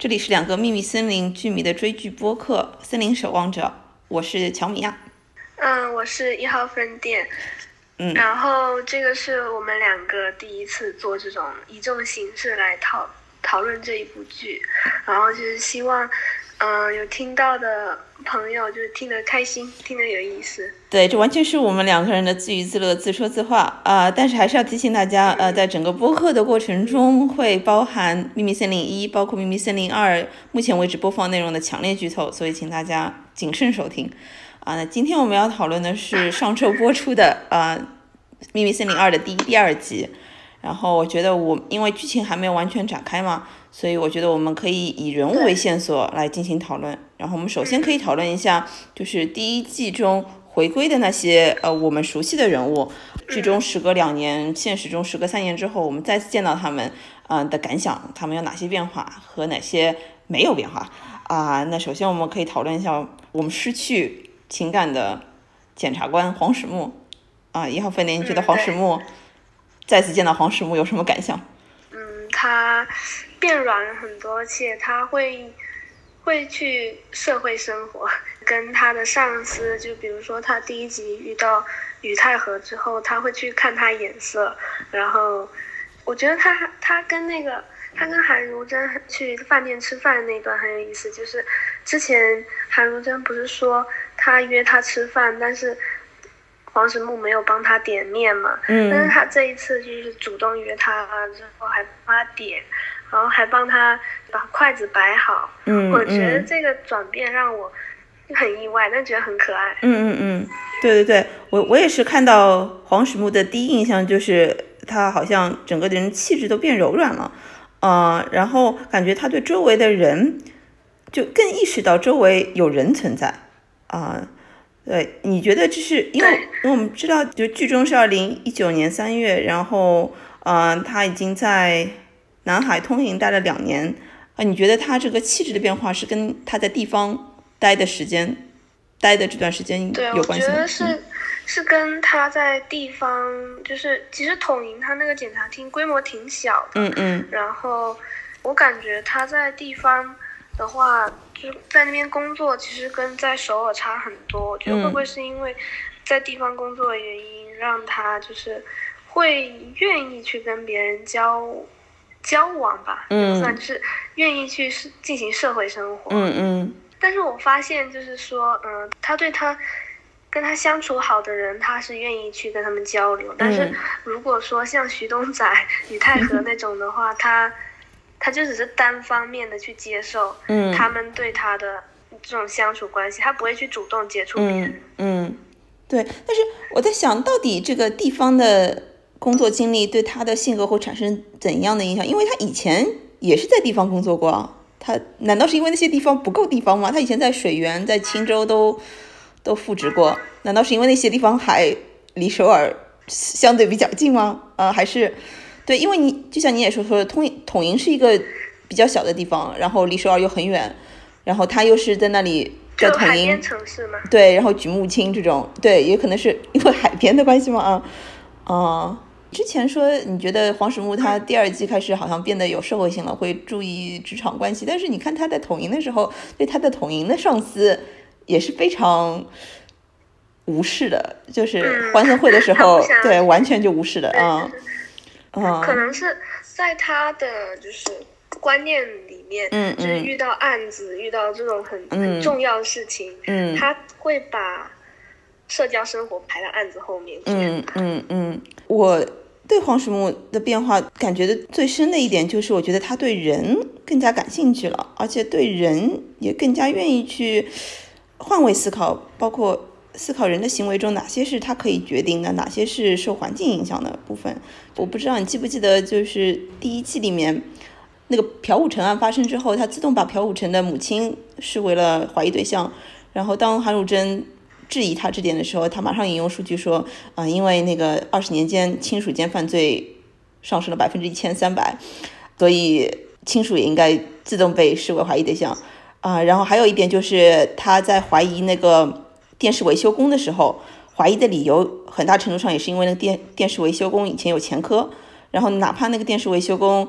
这里是两个秘密森林剧迷的追剧播客《森林守望者》，我是乔米亚。 我是1号分店。然后这个是我们两个第一次做这种以这种形式来讨论这一部剧，然后就是希望有听到的朋友就是听得开心，听得有意思。 对，这完全是我们两个人的自娱自乐、自说自话但是还是要提醒大家在整个播客的过程中会包含《秘密森林1》包括《秘密森林2》目前为止播放内容的强烈剧透，所以请大家谨慎收听那今天我们要讨论的是上周播出的秘密森林2》的第2集。然后我觉得因为剧情还没有完全展开嘛，所以我觉得我们可以以人物为线索来进行讨论。然后我们首先可以讨论一下就是第一季中回归的那些我们熟悉的人物，剧中时隔2年，现实中时隔3年之后，我们再次见到他们的感想，他们有哪些变化和哪些没有变化那首先我们可以讨论一下我们失去情感的检察官黄始木1号分店，你觉得黄始木再次见到黄始木有什么感想？ 他变软了很多，而且他会去社会生活，跟他的上司，就比如说他第一集遇到宇太河之后，他会去看他眼色。然后我觉得他跟韩如真去饭店吃饭的那段很有意思，就是之前韩如真不是说他约他吃饭，但是黄始木没有帮他点面嘛，但是他这一次就是主动约他之后还帮他点，然后还帮他把筷子摆好。我觉得这个转变让我很意外，但觉得很可爱。 对，我也是看到黄始木的第一印象就是他好像整个人气质都变柔软了然后感觉他对周围的人就更意识到周围有人存在对，你觉得这是因为我们知道就剧中是2019年3月，然后他已经在南海通营待了2年你觉得他这个气质的变化是跟他在地方待的这段时间有关系吗？ 对，我觉得是跟他在地方，就是其实统营他那个检察厅规模挺小的，然后我感觉他在地方的话，就在那边工作，其实跟在首尔差很多。我觉得会不会是因为在地方工作的原因，让他就是会愿意去跟别人交往吧，算是愿意去进行社会生活。但是我发现就是说，他对他跟他相处好的人，他是愿意去跟他们交流。但是如果说像徐东仔、宇太河那种的话，他就只是单方面的去接受他们对他的这种相处关系，他不会去主动接触别人。 对。但是我在想，到底这个地方的工作经历对他的性格会产生怎样的影响？因为他以前也是在地方工作过他难道是因为那些地方不够地方吗？他以前在水源、在青州都复职过，难道是因为那些地方还离首尔相对比较近吗？还是对，因为就像你也说的，统营是一个比较小的地方，然后离首尔又很远，然后他又是在那里在统营海边城市嘛， 对，然后举目清这种，对，也可能是因为海边的关系吗？之前说你觉得黄始木他第2季开始好像变得有社会性了，会注意职场关系，但是你看他在统营的时候，对他的统营的上司也是非常无视的，就是欢送会的时候对，完全就无视的可能是在他的就是观念里面，就是遇到案子，遇到这种很重要的事情，他会把社交生活排在案子后面去。 我对黄始木的变化感觉的最深的一点就是我觉得他对人更加感兴趣了，而且对人也更加愿意去换位思考，包括思考人的行为中哪些是他可以决定的，哪些是受环境影响的部分。我不知道你记不记得，就是第1季里面那个朴武成案发生之后，他自动把朴武成的母亲视为了怀疑对象，然后当韩汝珍质疑他这点的时候，他马上引用数据说因为那个20年间亲属间犯罪上升了1300%，所以亲属也应该自动被视为怀疑对象然后还有一点就是他在怀疑那个电视维修工的时候，怀疑的理由很大程度上也是因为那个电视维修工以前有前科，然后哪怕那个电视维修工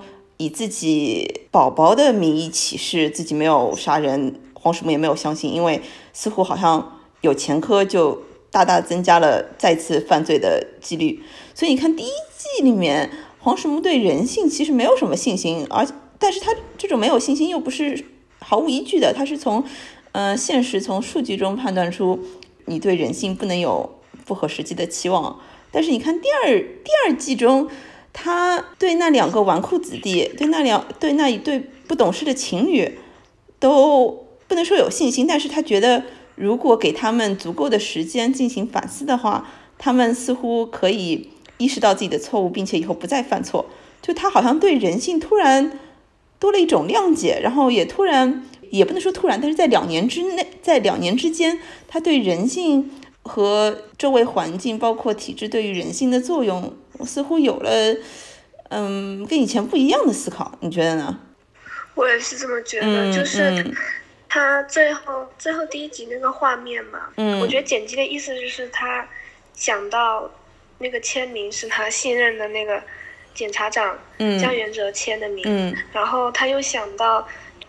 以自己宝宝的名义起誓自己没有杀人，黄始木也没有相信，因为似乎好像有前科就大大增加了再次犯罪的几率。所以你看第一季里面黄始木对人性其实没有什么信心，但是他这种没有信心又不是毫无依据的，他是从现实从数据中判断出你对人性不能有不合实际的期望。但是你看第二季中，他对那2个纨绔子弟，对那一对不懂事的情侣都不能说有信心，但是他觉得如果给他们足够的时间进行反思的话，他们似乎可以意识到自己的错误，并且以后不再犯错。就他好像对人性突然多了一种谅解，然后也突然，也不能说突然，但是在2年之间，他对人性和周围环境包括体制对于人性的作用似乎有了跟以前不一样的思考。你觉得呢？ 我也是这么觉得，就是他最后第一集那个画面嘛，我觉得剪辑的意思就是他想到那个签名是他信任的那个检察长江元哲签的名，然后他又想到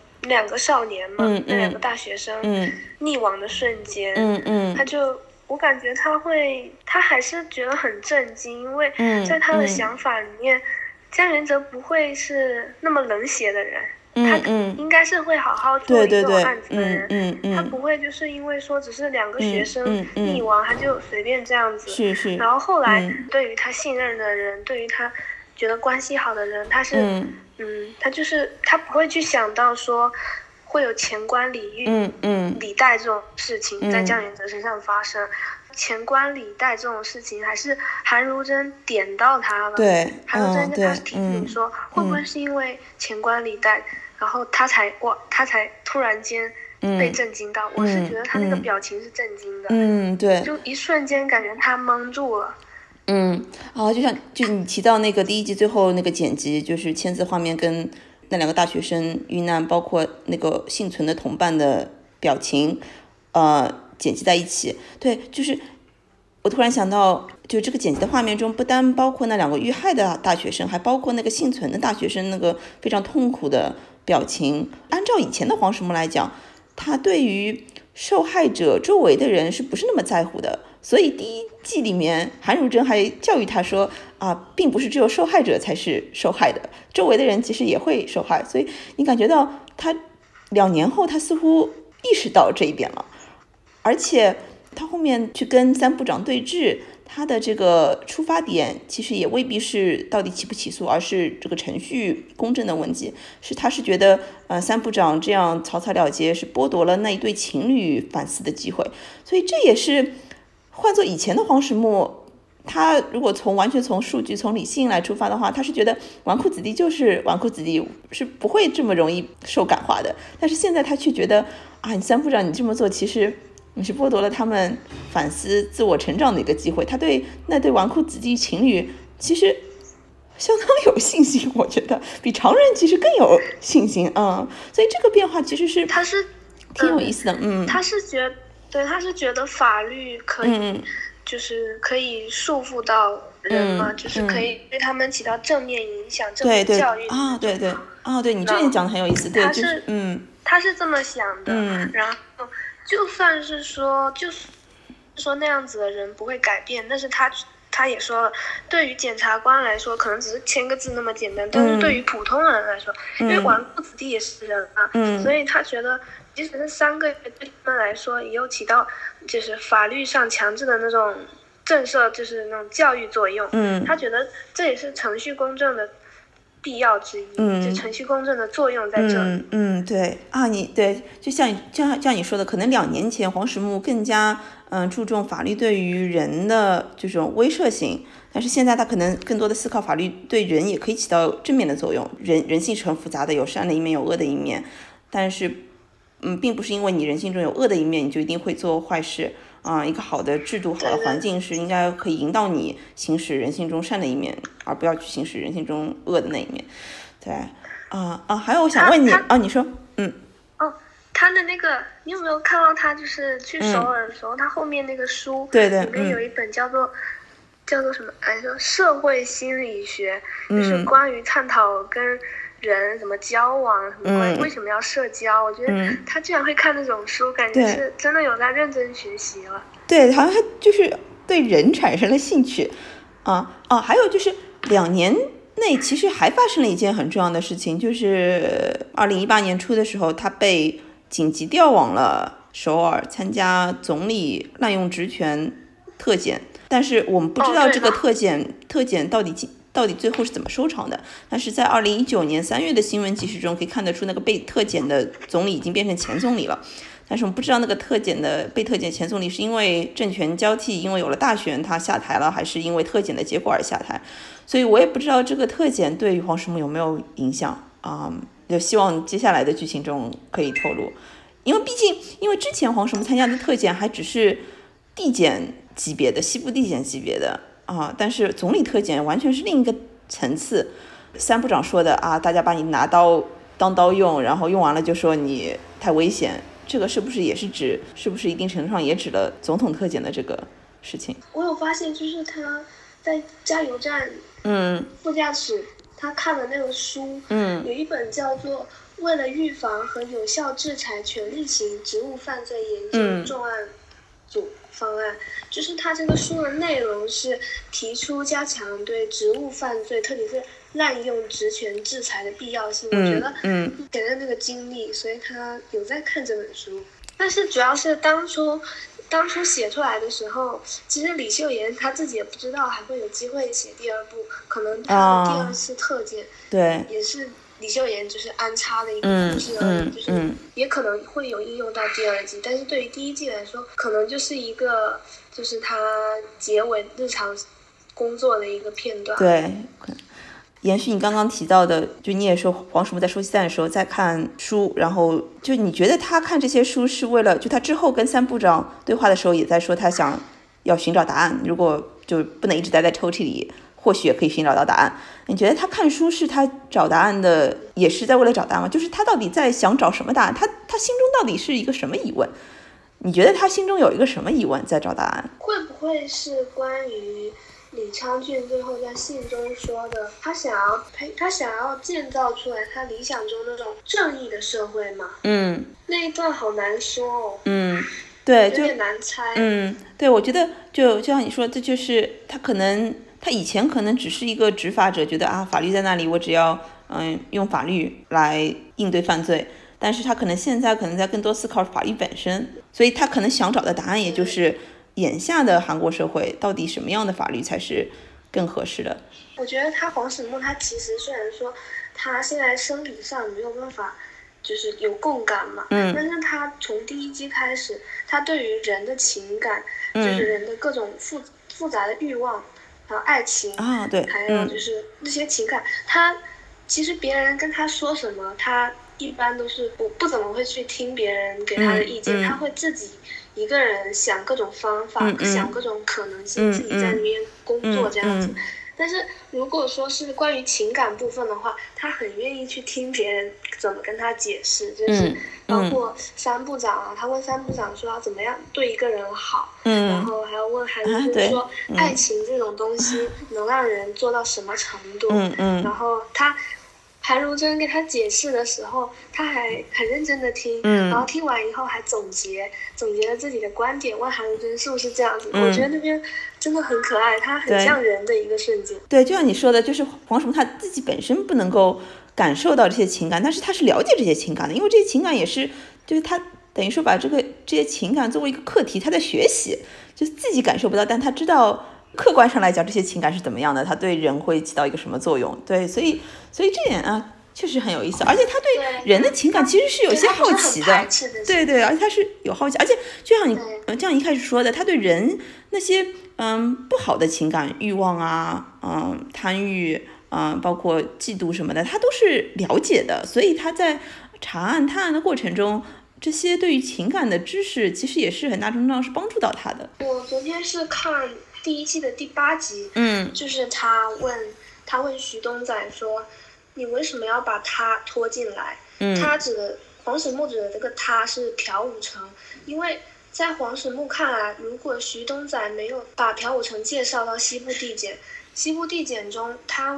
2个少年嘛，那2个大学生溺亡的瞬间，我感觉他还是觉得很震惊，因为在他的想法里面，江元哲不会是那么冷血的人，他应该是会好好处理这种案子的人，他不会就是因为说只是2个学生溺亡，他就随便这样子。然后后来对于他信任的人，对于他觉得关系好的人，他是他不会去想到说会有钱官礼遇礼带这种事情在江元哲身上发生。钱官礼带这种事情还是韩如珍点到他了， 对， 韩如珍跟他提醒说会不会是因为钱官礼带，然后他才突然间被震惊到。我是觉得他那个表情是震惊的， 对， 就一瞬间感觉他懵住了。 就你提到那个第一集最后那个剪辑，就是签字画面跟那2个大学生遇难，包括那个幸存的同伴的表情，剪辑在一起。对，就是我突然想到，就这个剪辑的画面中，不单包括那2个遇害的大学生，还包括那个幸存的大学生那个非常痛苦的表情。按照以前的黄始木来讲，他对于受害者周围的人是不是那么在乎的？所以第一季里面韩如珍还教育他说并不是只有受害者才是受害的，周围的人其实也会受害。所以你感觉到他2年后他似乎意识到这一点了，而且他后面去跟3部长对峙，他的这个出发点其实也未必是到底起不起诉，而是这个程序公正的问题。他是觉得3部长这样草草了结是剥夺了那一对情侣反思的机会。所以这也是换做以前的黄始木，他如果完全从数据从理性来出发的话，他是觉得纨绔子弟就是纨绔子弟，是不会这么容易受感化的。但是现在他却觉得你3部长你这么做，其实你是剥夺了他们反思自我成长的一个机会。他对那对纨绔子弟情侣其实相当有信心，我觉得比常人其实更有信心所以这个变化其实是他是挺有意思的。 他是觉得法律可以就是可以束缚到人嘛，就是可以对他们起到正面影响，正面教育。 对，你这点讲的很有意思。对， 他是这么想的。然后就算是说那样子的人不会改变，但是他也说了，对于检察官来说可能只是签个字那么简单，但是对于普通人来说，因为纨绔子弟也是人所以他觉得即使是3个月对他们来说也有起到就是法律上强制的那种震慑，就是那种教育作用。他觉得这也是程序公正的必要之一，就程序公正的作用在这里。 对就像你说的，可能2年前黄始木更加注重法律对于人的这种威慑性，但是现在他可能更多的思考法律对人也可以起到正面的作用。人性是很复杂的，有善的一面有恶的一面，但是并不是因为你人性中有恶的一面你就一定会做坏事一个好的制度好的环境是应该可以引导你行使人性中善的一面，而不要去行使人性中恶的那一面。对还有我想问你你说他的那个你有没有看到他就是去首尔的时候，他后面那个书里面有一本叫做什么来着，社会心理学，就是关于探讨跟人怎么交往，什么关为什么要社交。我觉得他居然会看这种书，感觉是真的有在认真学习了。 对，好像他就是对人产生了兴趣还有就是2年内其实还发生了一件很重要的事情，就是2018年初的时候，他被紧急调往了首尔参加总理滥用职权特检，但是我们不知道这个特检到底最后是怎么收场的。但是在2019年3月的新闻纪实中可以看得出，那个被特检的总理已经变成前总理了。但是我们不知道那个被特检前总理是因为政权交替，因为有了大选他下台了，还是因为特检的结果而下台。所以我也不知道这个特检对于黄石木有没有影响就希望接下来的剧情中可以透露。因为之前黄石木参加的特检还只是地检级别的，西部地检级别的但是总理特检完全是另一个层次。3部长说的大家把你拿刀当刀用，然后用完了就说你太危险，这个是不是一定程度上也指了总统特检的这个事情？ 我有发现，就是他在加油站副驾驶他看的那个书有一本叫做为了预防和有效制裁权力型职务犯罪研究重案组方案，就是他这个书的内容是提出加强对职务犯罪，特别是滥用职权制裁的必要性。我觉得前任那个经历，所以他有在看这本书。但是主要是当初写出来的时候，其实李秀妍他自己也不知道还会有机会写第2部，可能他的第2次特检对也是李秀妍就是安插的一个故事而已，就是也可能会有应用到第2季，但是对于第1季来说，可能就是一个就是他结尾日常工作的一个片段。 对，延续你刚刚提到的，就你也说黄石木在收集站的时候在看书，然后就你觉得他看这些书是为了，就他之后跟3部长对话的时候也在说他想要寻找答案，如果就不能一直待在抽屉里，或许也可以寻找到答案。你觉得他看书是他找答案的，也是在为了找答案吗？就是他到底在想找什么答案？他心中到底是一个什么疑问？你觉得他心中有一个什么疑问在找答案？ 会不会是关于李昌俊最后在信中说的，他想要建造出来他理想中那种正义的社会吗？那一段好难说哦。 对， 有点难猜。 对，我觉得就像你说，这就是他以前可能只是一个执法者，觉得法律在那里，我只要用法律来应对犯罪。但是他可能现在在更多思考法律本身，所以他可能想找的答案也就是眼下的韩国社会到底什么样的法律才是更合适的。 我觉得黄石木他其实虽然说他现在生理上没有办法就是有共感嘛，但是他从第1季开始，他对于人的情感，就是人的各种复杂的欲望，还有爱情对， 还有就是那些情感，他其实别人跟他说什么，他一般都是不怎么会去听别人给他的意见，他会自己一个人想各种方法，想各种可能性，自己在那边工作这样子。但是如果说是关于情感部分的话，他很愿意去听别人怎么跟他解释，就是包括3部长他问3部长说要怎么样对一个人好，然后还要问韩如真说爱情这种东西能让人做到什么程度，然后韩如真跟他解释的时候，他还很认真的听，然后听完以后还总结了自己的观点，问韩如真是不是这样子。我觉得那边真的很可爱，他很像人的一个瞬间。 对，就像你说的，就是黄石木他自己本身不能够感受到这些情感，但是他是了解这些情感的，因为这些情感也是，就是他等于说把这些情感作为一个课题，他在学习，就是自己感受不到，但他知道客观上来讲这些情感是怎么样的，它对人会起到一个什么作用。对，所以这点确实很有意思，而且他对人的情感其实是有些好奇的。对，而且他是有好奇，而且就像你这样一开始说的，他对人那些不好的情感欲望贪欲包括嫉妒什么的，他都是了解的，所以他在探案的过程中，这些对于情感的知识其实也是很大程度上是帮助到他的。 我昨天是看第1季的第8集，就是他问徐东仔说，你为什么要把他拖进来？他指的黄石木指的这个他是朴武成，因为在黄石木看来，如果徐东仔没有把朴武成介绍到西部地检中贪污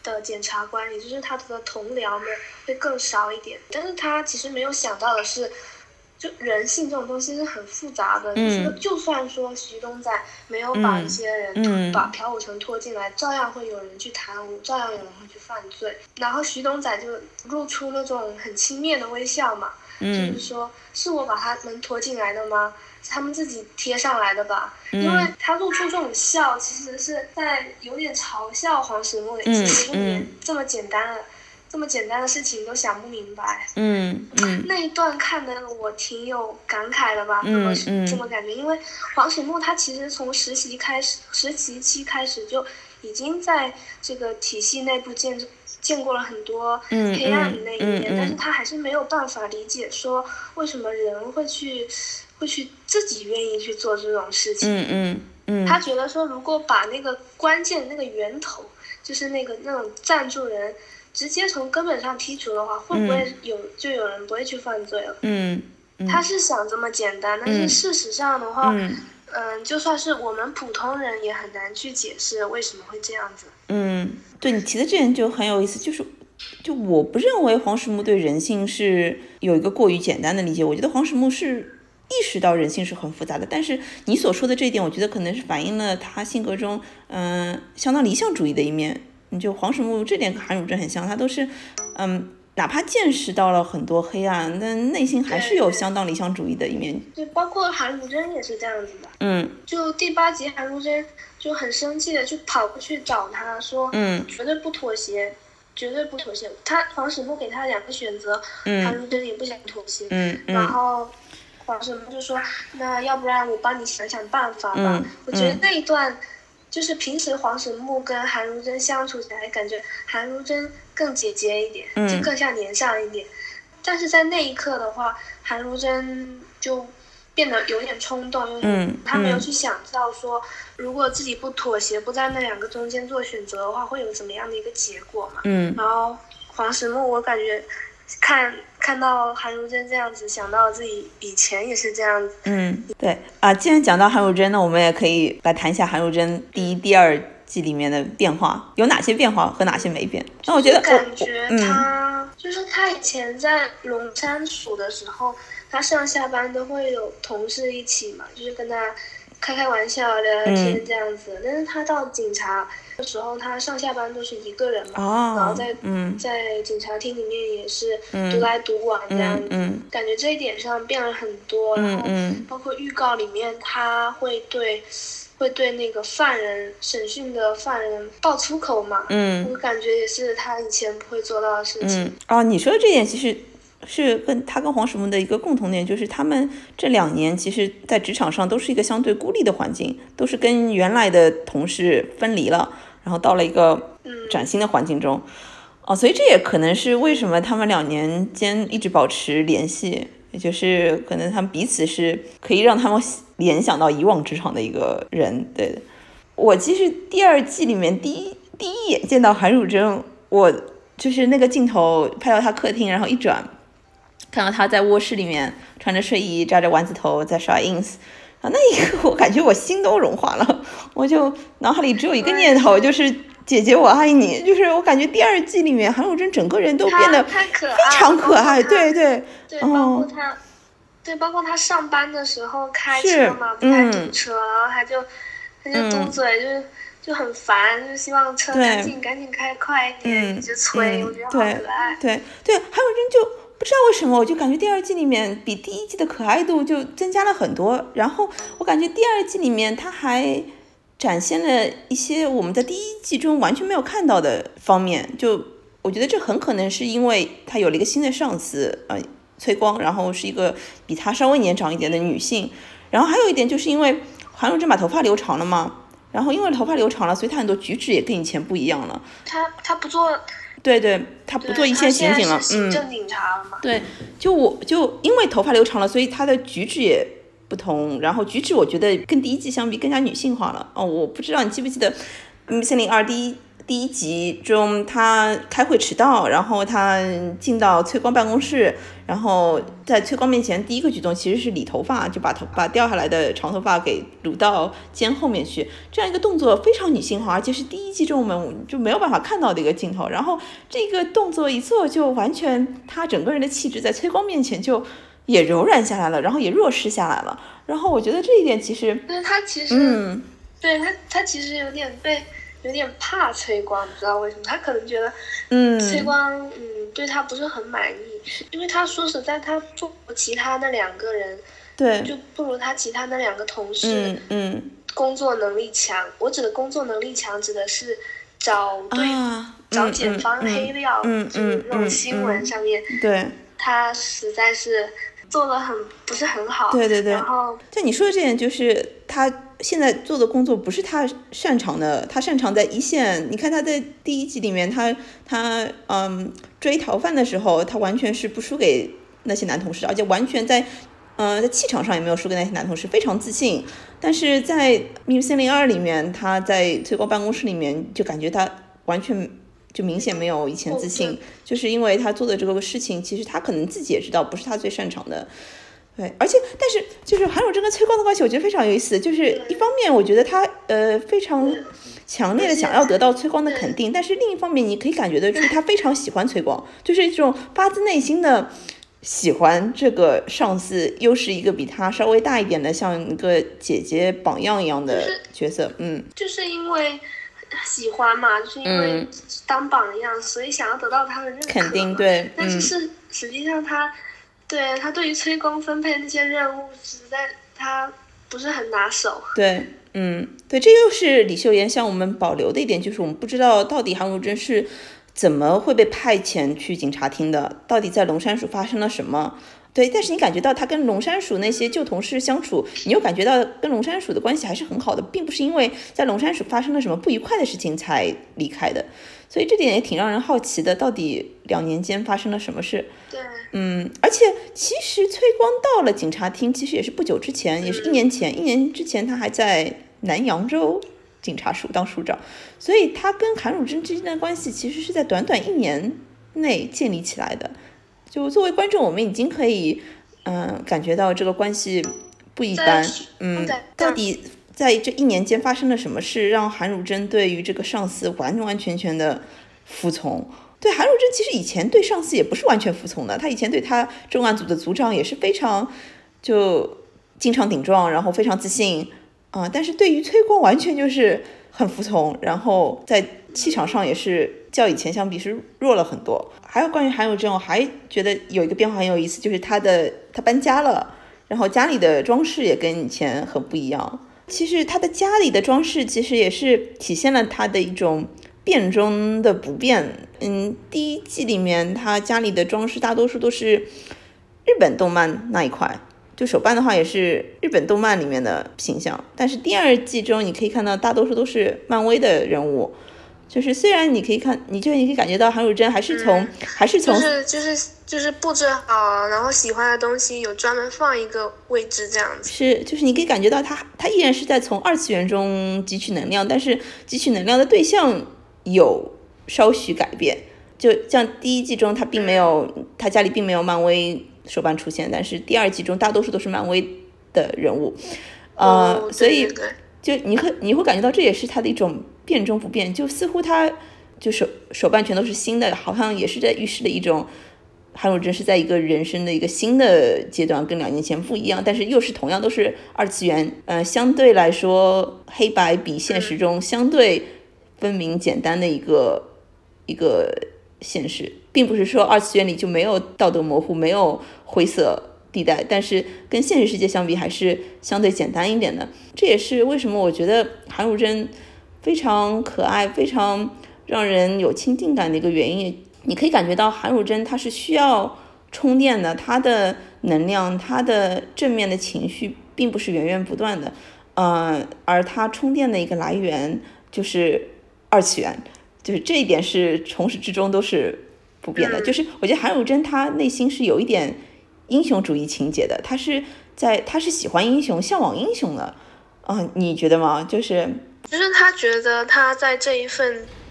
的检察官，也就是他的同僚们会更少一点。但是他其实没有想到的是，就人性这种东西是很复杂的，就算说徐东仔没有把一些人把朴武成拖进来，照样会有人去贪污，照样有人会去犯罪。然后徐东仔就露出那种很轻蔑的微笑嘛，就是说是我把他们拖进来的吗？是他们自己贴上来的吧？因为他露出这种笑，其实是在有点嘲笑黄石木的意思，说你这么简单的事情都想不明白。那一段看的我挺有感慨的吧，这么感觉。因为黄石木他其实从实习期开始就已经在这个体系内部见过了很多黑暗的那一面，但是他还是没有办法理解说为什么人会去自己愿意去做这种事情。他觉得说如果把那个关键那个源头，就是那种赞助人直接从根本上剔除的话，会不会有人不会去犯罪了？他是想这么简单，但是事实上的话，就算是我们普通人也很难去解释为什么会这样子。 对，你提的这点就很有意思，就我不认为黄石木对人性是有一个过于简单的理解，我觉得黄石木是意识到人性是很复杂的，但是你所说的这一点，我觉得可能是反映了他性格中相当理想主义的一面。就黄石木这点跟韩汝珍很像，他都是哪怕见识到了很多黑暗，但内心还是有相当理想主义的一面。 对，包括韩汝珍也是这样子的。就第8集韩汝珍就很生气的就跑过去找他说，绝对不妥协，绝对不妥协。黄石木给他2个选择，韩汝珍也不想妥协。然后黄石木就说，那要不然我帮你想想办法吧。我觉得那一段就是平时黄石木跟韩汝珍相处起来，感觉韩汝珍更姐姐一点，就更像年上一点。但是在那一刻的话，韩汝珍就变得有点冲动，他没有去想到说，如果自己不妥协，不在那2个中间做选择的话，会有怎么样的一个结果嘛。然后黄石木，我感觉看到韩汝珍这样子，想到自己以前也是这样子。 对啊，既然讲到韩汝珍，那我们也可以来谈一下韩汝珍第1、第2季里面的变化，有哪些变化和哪些没变。那我觉得感觉他就是他以前在龙山署的时候，他上下班都会有同事一起嘛，就是跟他开玩笑聊聊天这样子。但是他到警察的时候，他上下班都是一个人嘛，然后在警察厅里面也是独来独往这样子。感觉这一点上变了很多。然后包括预告里面，他会对那个审讯的犯人爆粗口嘛。我感觉也是他以前不会做到的事情。 你说的这点其实是跟黄石木的一个共同点，就是他们这2年其实在职场上都是一个相对孤立的环境，都是跟原来的同事分离了，然后到了一个崭新的环境中。所以这也可能是为什么他们2年间一直保持联系，也就是可能他们彼此是可以让他们联想到以往职场的一个人。对的，我其实第2季里面第一眼见到韩汝珍，我就是那个镜头拍到他客厅，然后一转看到他在卧室里面穿着睡衣扎着丸子头在刷 ins， 那一刻我感觉我心都融化了，我就脑海里只有一个念头，就是姐姐我爱你。就是我感觉第2季里面韩汝珍整个人都变得非常可爱。对， 包括他上班的时候开车嘛，不太堵车，然后他就嘟嘴，就很烦，就希望车赶紧开快一点，一直催。我觉得好可爱。对， 韩汝珍就不知道为什么，我就感觉第2季里面比第1季的可爱度就增加了很多。然后我感觉第2季里面他还展现了一些我们在第1季中完全没有看到的方面。就我觉得这很可能是因为他有了一个新的上司崔光，然后是一个比他稍微年长一点的女性。然后还有一点就是因为韩汝珍把头发留长了嘛，然后因为头发留长了，所以他很多举止也跟以前不一样了。 他不做， 对，他不做一线刑警了， 行政警察了嘛。 对，就因为头发留长了，所以他的举止也不同。然后举止我觉得跟第1季相比更加女性化了。我不知道你记不记得《密森林2》第第一集中他开会迟到，然后他进到崔光办公室，然后在崔光面前第一个举动其实是理头发，就把掉下来的长头发给捋到肩后面去，这样一个动作非常女性化，而且是第一季中我们就没有办法看到的一个镜头，然后这个动作一做就完全他整个人的气质在崔光面前就也柔软下来了，然后也弱势下来了，然后我觉得这一点其实他其实对他其实有点怕崔光，不知道为什么，他可能觉得崔光对他不是很满意，因为他说实在他不如其他那2个人， 对， 就不如他其他那2个同事工作能力强。我指的工作能力强指的是找检方黑料，就是那种新闻上面， 对， 他实在是做得不是很好。 对， 然后像你说的这点，就是他现在做的工作不是他擅长的，他擅长在一线。你看他在第一集里面，他追逃犯的时候，他完全是不输给那些男同事，而且完全在气场上也没有输给那些男同事，非常自信。但是在《秘密森林2》里面，他在崔光办公室里面就感觉他完全就明显没有以前自信，就是因为他做的这个事情，其实他可能自己也知道不是他最擅长的。对，但是就是韩汝珍跟崔光的关系，我觉得非常有意思。就是一方面，我觉得他非常强烈的想要得到崔光的肯定，但是另一方面，你可以感觉得出他非常喜欢崔光，就是一种发自内心的喜欢这个上司，又是一个比他稍微大一点的，像一个姐姐榜样一样的角色。 就是因为喜欢嘛，就是因为当榜样，所以想要得到他的认可， 肯定对。 但是实际上他对于崔光分配那些任务，实在他不是很拿手。 对，对，这又是李秀妍向我们保留的一点，就是我们不知道到底韩汝珍是怎么会被派遣去警察厅的，到底在龙山署发生了什么。对，但是你感觉到他跟龙山署那些旧同事相处，你又感觉到跟龙山署的关系还是很好的，并不是因为在龙山署发生了什么不愉快的事情才离开的，所以这点也挺让人好奇的，到底2年间发生了什么事。 对， 而且其实崔光到了警察厅其实也是不久之前，也是1年前，1年之前他还在南扬州警察署当署长，所以他跟韩汝珍之间的关系其实是在短短1年内建立起来的。就作为观众，我们已经可以感觉到这个关系不一般。到底在这1年间发生了什么事，让韩汝珍对于这个上司完完全全的服从？对，韩汝珍其实以前对上司也不是完全服从的，他以前对他重案组的组长也是非常就经常顶撞，然后非常自信但是对于崔光完全就是很服从，然后在气场上也是较以前相比是弱了很多。还有关于韩汝珍，我还觉得有一个变化很有意思，就是他搬家了，然后家里的装饰也跟以前很不一样。其实他的家里的装饰其实也是体现了他的一种变中的不变。第一季里面他家里的装饰大多数都是日本动漫那一块，就手办的话也是日本动漫里面的形象，但是第2季中你可以看到大多数都是漫威的人物。就是虽然你可以感觉到韩汝珍还是从就是布置好，然后喜欢的东西有专门放一个位置这样子。 就是你可以感觉到他依然是在从2次元中汲取能量，但是汲取能量的对象有稍许改变。就像第1季中他家里并没有漫威手办出现，但是第2季中大多数都是漫威的人物。所以就你会感觉到这也是他的一种变中不变，就似乎他就手办全都是新的，好像也是在预示的一种韩汝珍是在一个人生的一个新的阶段，跟2年前不一样，但是又是同样都是2次元，相对来说黑白比现实中相对分明简单的一个现实，并不是说2次元里就没有道德模糊，没有灰色地带，但是跟现实世界相比还是相对简单一点的。这也是为什么我觉得韩汝珍非常可爱，非常让人有亲近感的一个原因。你可以感觉到韩汝珍她是需要充电的，她的能量，她的正面的情绪并不是源源不断的，而她充电的一个来源就是2次元，就是这一点是从始至终都是不变的。就是我觉得韩汝珍她内心是有一点英雄主义情节的，她是喜欢英雄，向往英雄的。你觉得吗？就是他觉得他在这一份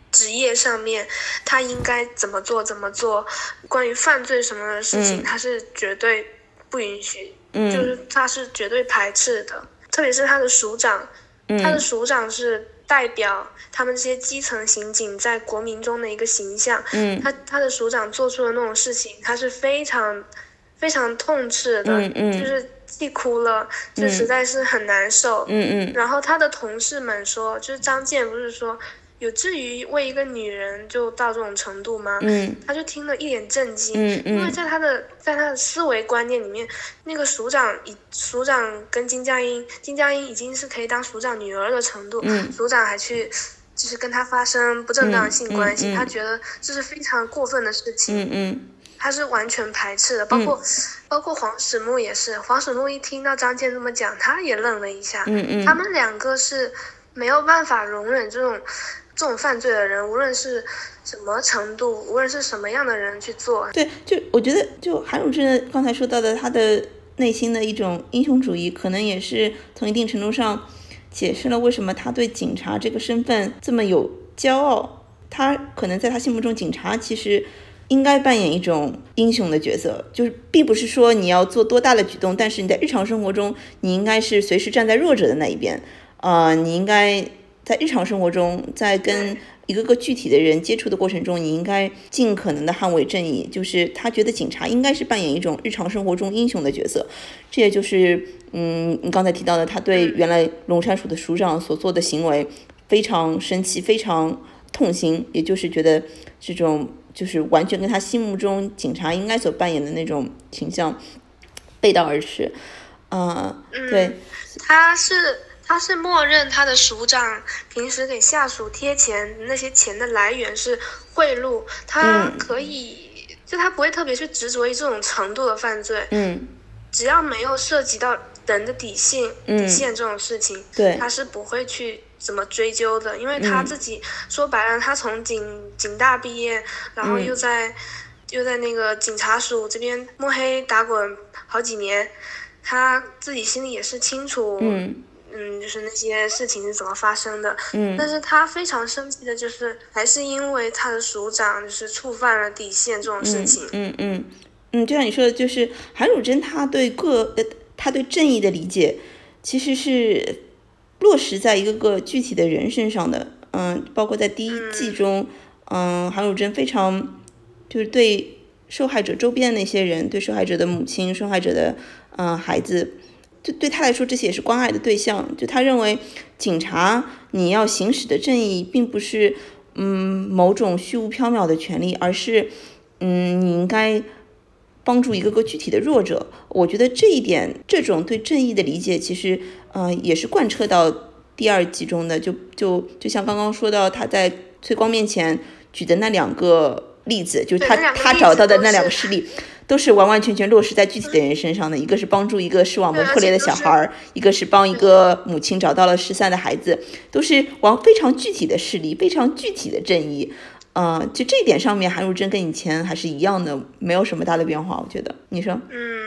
职业上面他应该怎么做，关于犯罪什么的事情，他是绝对不允许，就是他是绝对排斥的。特别是他的署长，他的署长是代表他们这些基层刑警在国民中的一个形象。他的署长做出的那种事情，他是非常非常痛斥的，就是气哭了，就实在是很难受。然后他的同事们说，就是张健不是说有至于为一个女人就到这种程度吗？他就听了一脸震惊。因为在他的思维观念里面，那个署长跟金佳音已经是可以当署长女儿的程度，署长还去就是跟他发生不正当性关系，他觉得这是非常过分的事情。他是完全排斥的，包括黄始木也是。黄始木一听到张健这么讲，他也愣了一下。他们两个是没有办法容忍这种犯罪的人，无论是什么程度，无论是什么样的人去做。 对，就我觉得就韩汝珍刚才说到的，他的内心的一种英雄主义，可能也是从一定程度上解释了为什么他对警察这个身份这么有骄傲。他可能在他心目中，警察其实应该扮演一种英雄的角色，就是并不是说你要做多大的举动，但是你在日常生活中，你应该是随时站在弱者的那一边。你应该在日常生活中，在跟一个个具体的人接触的过程中，你应该尽可能的捍卫正义。就是他觉得警察应该是扮演一种日常生活中英雄的角色。这也就是你刚才提到的，他对原来龙山署的署长所做的行为非常生气，非常痛心，也就是觉得这种就是完全跟他心目中警察应该所扮演的那种形象背道而驰。对， 他是默认他的署长平时给下属贴钱，那些钱的来源是贿赂，他可以就他不会特别去执着于这种程度的犯罪。只要没有涉及到人的底线这种事情， 对， 他是不会去怎么追究的。因为他自己说白了，他从警大毕业，然后又在那个警察署这边摸黑打滚好几年，他自己心里也是清楚。就是那些事情是怎么发生的。但是他非常生气的就是还是因为他的署长就是触犯了底线这种事情。 就像你说的，就是韩汝珍他对正义的理解其实是落实在一个个具体的人身上的。包括在第一季中，韩汝珍非常就是对受害者周边的那些人，对受害者的母亲、受害者的孩子，就对他来说这些也是关爱的对象。就他认为警察你要行使的正义并不是某种虚无缥缈的权利，而是你应该帮助一个个具体的弱者。我觉得这一点，这种对正义的理解其实也是贯彻到第二季中的。就像刚刚说到他在崔光面前举的那两个例子，就是他找到的那两个事例都是完完全全落实在具体的人身上的。一个是帮助一个视网膜破裂的小孩，一个是帮一个母亲找到了失散的孩子，都是非常具体的事例，非常具体的正义。就这一点上面，韩汝珍跟以前还是一样的，没有什么大的变化，我觉得。你说？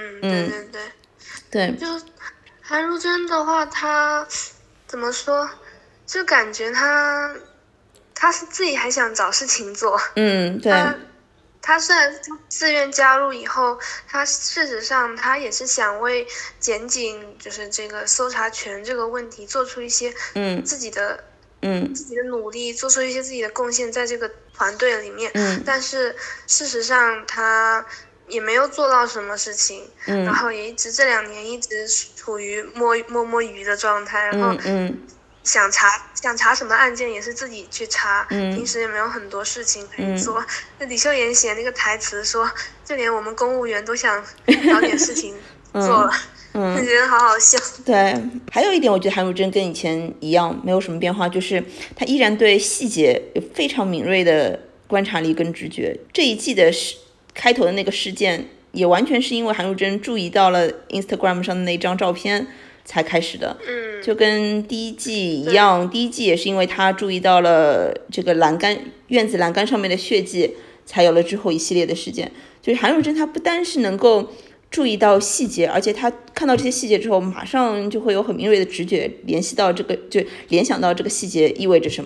对。 就韩汝珍的话，他怎么说？就感觉他是自己还想找事情做。 对。 他虽然自愿加入以后，他事实上他也是想为检警就是这个搜查权这个问题做出一些自己的努力，做出一些自己的贡献在这个团队里面。但是事实上他也没有做到什么事情。然后也这2年一直处于摸鱼的状态。然后想查什么案件也是自己去查。平时也没有很多事情可以做。那李秀妍写那个台词说，就连我们公务员都想找点事情做了。我觉得好好笑。 对，还有一点，我觉得韩汝珍跟以前一样没有什么变化，就是他依然对细节有非常敏锐的观察力跟直觉。这一季的开头的那个事件，也完全是因为韩汝珍注意到了 Instagram 上的那张照片才开始的。就跟第一季一样，第一季也是因为他注意到了这个院子栏杆上面的血迹，才有了之后一系列的事件。就是韩汝珍他不单是能够注意到细节，而且他看到这些细节之后，马上就会有很敏锐的直觉，联想到这个细节意味着什么，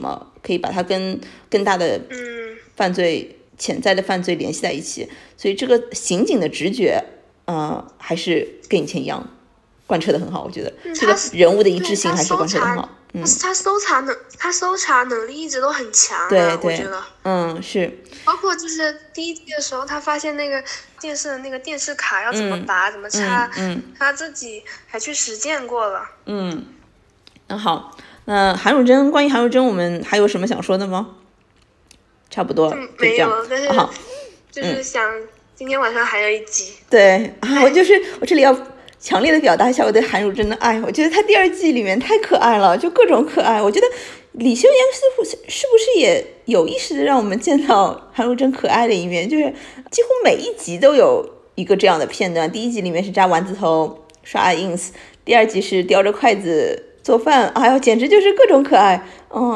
可以把它跟更大的犯罪潜在的犯罪联系在一起，所以这个刑警的直觉还是跟以前一样贯彻的很好，我觉得这个人物的一致性还是贯彻的很好。 他搜查能力一直都很强， 对， 我觉得是， 包括就是第一季的时候，他发现那个电视的那个电视卡要怎么拔怎么插，他自己还去实践过了。 那好，那关于韩汝珍我们还有什么想说的吗？差不多没有，但是就是想今天晚上还有一集。 对我这里要强烈的表达一下我对韩汝珍的爱，我觉得她第2季里面太可爱了，就各种可爱。我觉得李修言是不是也有意识的让我们见到韩汝珍可爱的一面，就是几乎每一集都有一个这样的片段。第1集里面是扎丸子头刷 ins， 第2集是叼着筷子做饭，哎呦简直就是各种可爱。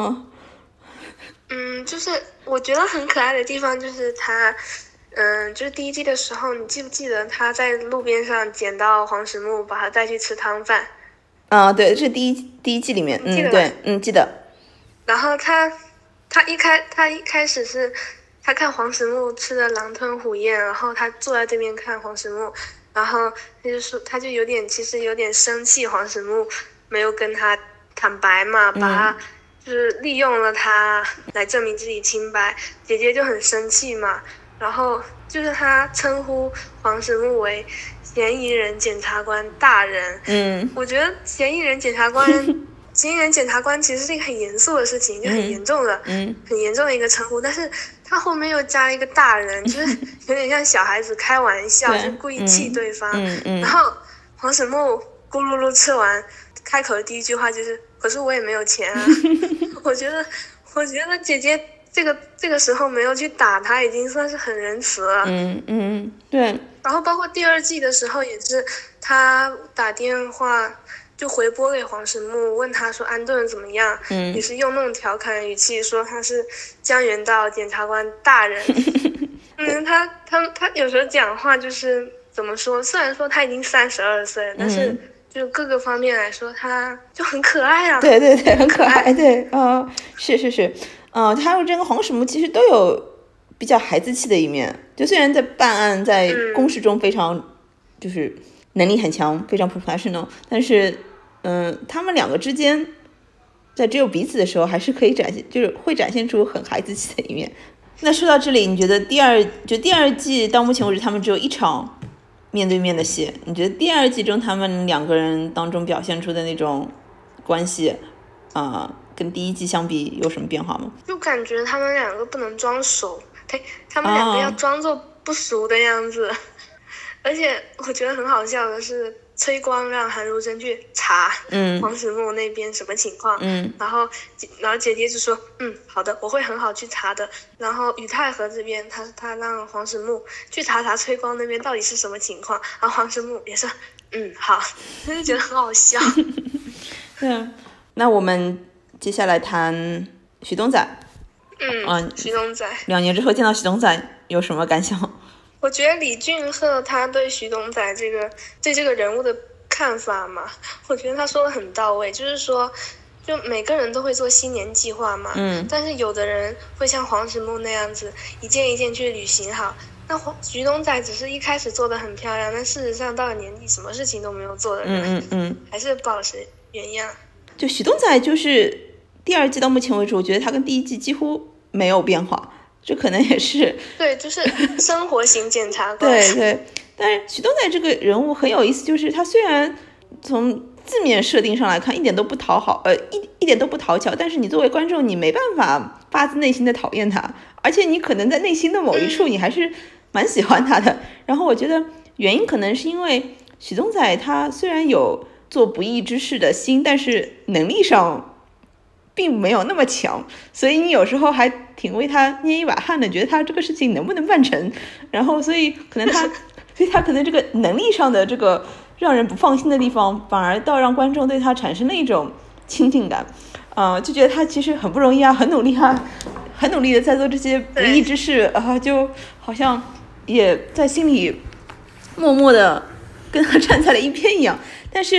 就是我觉得很可爱的地方就是他就是第1季的时候，你记不记得他在路边上捡到黄石木，把他带去吃汤饭？ 对，这是第一季里面，对，记得。然后他一开始是他看黄石木吃的狼吞虎咽，然后他坐在对面看黄石木，然后他就其实有点生气，黄石木没有跟他坦白嘛，把他就是利用了他来证明自己清白，姐姐就很生气嘛。然后就是他称呼黄石木为嫌疑人检察官大人。我觉得嫌疑人检察官其实是一个很严肃的事情，就很严重的很严重的一个称呼，但是他后面又加了一个大人，就是有点像小孩子开玩笑，就故意气对方。然后黄石木咕噜噜吃完，开口的第一句话就是可是我也没有钱啊。我觉得姐姐这个时候没有去打他，已经算是很仁慈了。 对。 然后包括第2季的时候，也是他打电话就回拨给黄石木，问他说安顿怎么样，也是用那种调侃的语气说他是江原道检察官大人。他有时候讲话就是怎么说，虽然说他已经32岁，但是就各个方面来说，他就很可爱啊。 对，很可爱。对，是。韩汝珍跟黄石木其实都有比较孩子气的一面，就虽然在办案在公事中非常就是能力很强，非常 professional， 但是他们两个之间在只有彼此的时候还是可以会展现出很孩子气的一面。那说到这里，你觉得第二季到目前为止他们只有1场面对面的戏，你觉得第2季中他们2个人当中表现出的那种关系跟第1季相比有什么变化吗？ 就感觉他们2个不能装熟，他们2个要装作不熟的样子。而且我觉得很好笑的是，崔光让韩汝珍去查黄石木那边什么情况，然后姐姐就说好的，我会很好去查的。然后宇太和这边他让黄石木去查崔光那边到底是什么情况，然后黄石木也说好，我就觉得很好笑。 对，那我们接下来谈徐东仔。 徐东仔 2年之后见到徐东仔有什么感想？ 我觉得李俊赫他对徐东仔对这个人物的看法嘛，我觉得他说的很到位，就是说就每个人都会做新年计划嘛，但是有的人会像黄石木那样子一件一件去履行好，那徐东仔只是一开始做的很漂亮，但事实上到了年底什么事情都没有做的人，还是保持原样。就徐东仔就是第2季到目前为止，我觉得他跟第1季几乎没有变化，这可能也是对，就是生活型检察官。 对，但是徐东仔这个人物很有意思，就是他虽然从字面设定上来看一点都不讨好，一点都不讨巧，但是你作为观众，你没办法发自内心的讨厌他，而且你可能在内心的某一处你还是蛮喜欢他的。然后我觉得原因可能是因为徐东仔他虽然有做不义之事的心，但是能力上并没有那么强，所以你有时候还挺为他捏一把汗的，觉得他这个事情能不能办成。然后所以他可能这个能力上的这个让人不放心的地方，反而倒让观众对他产生了一种亲近感。就觉得他其实很不容易啊，很努力的在做这些不义之事就好像也在心里默默的跟他站在了一边一样。但是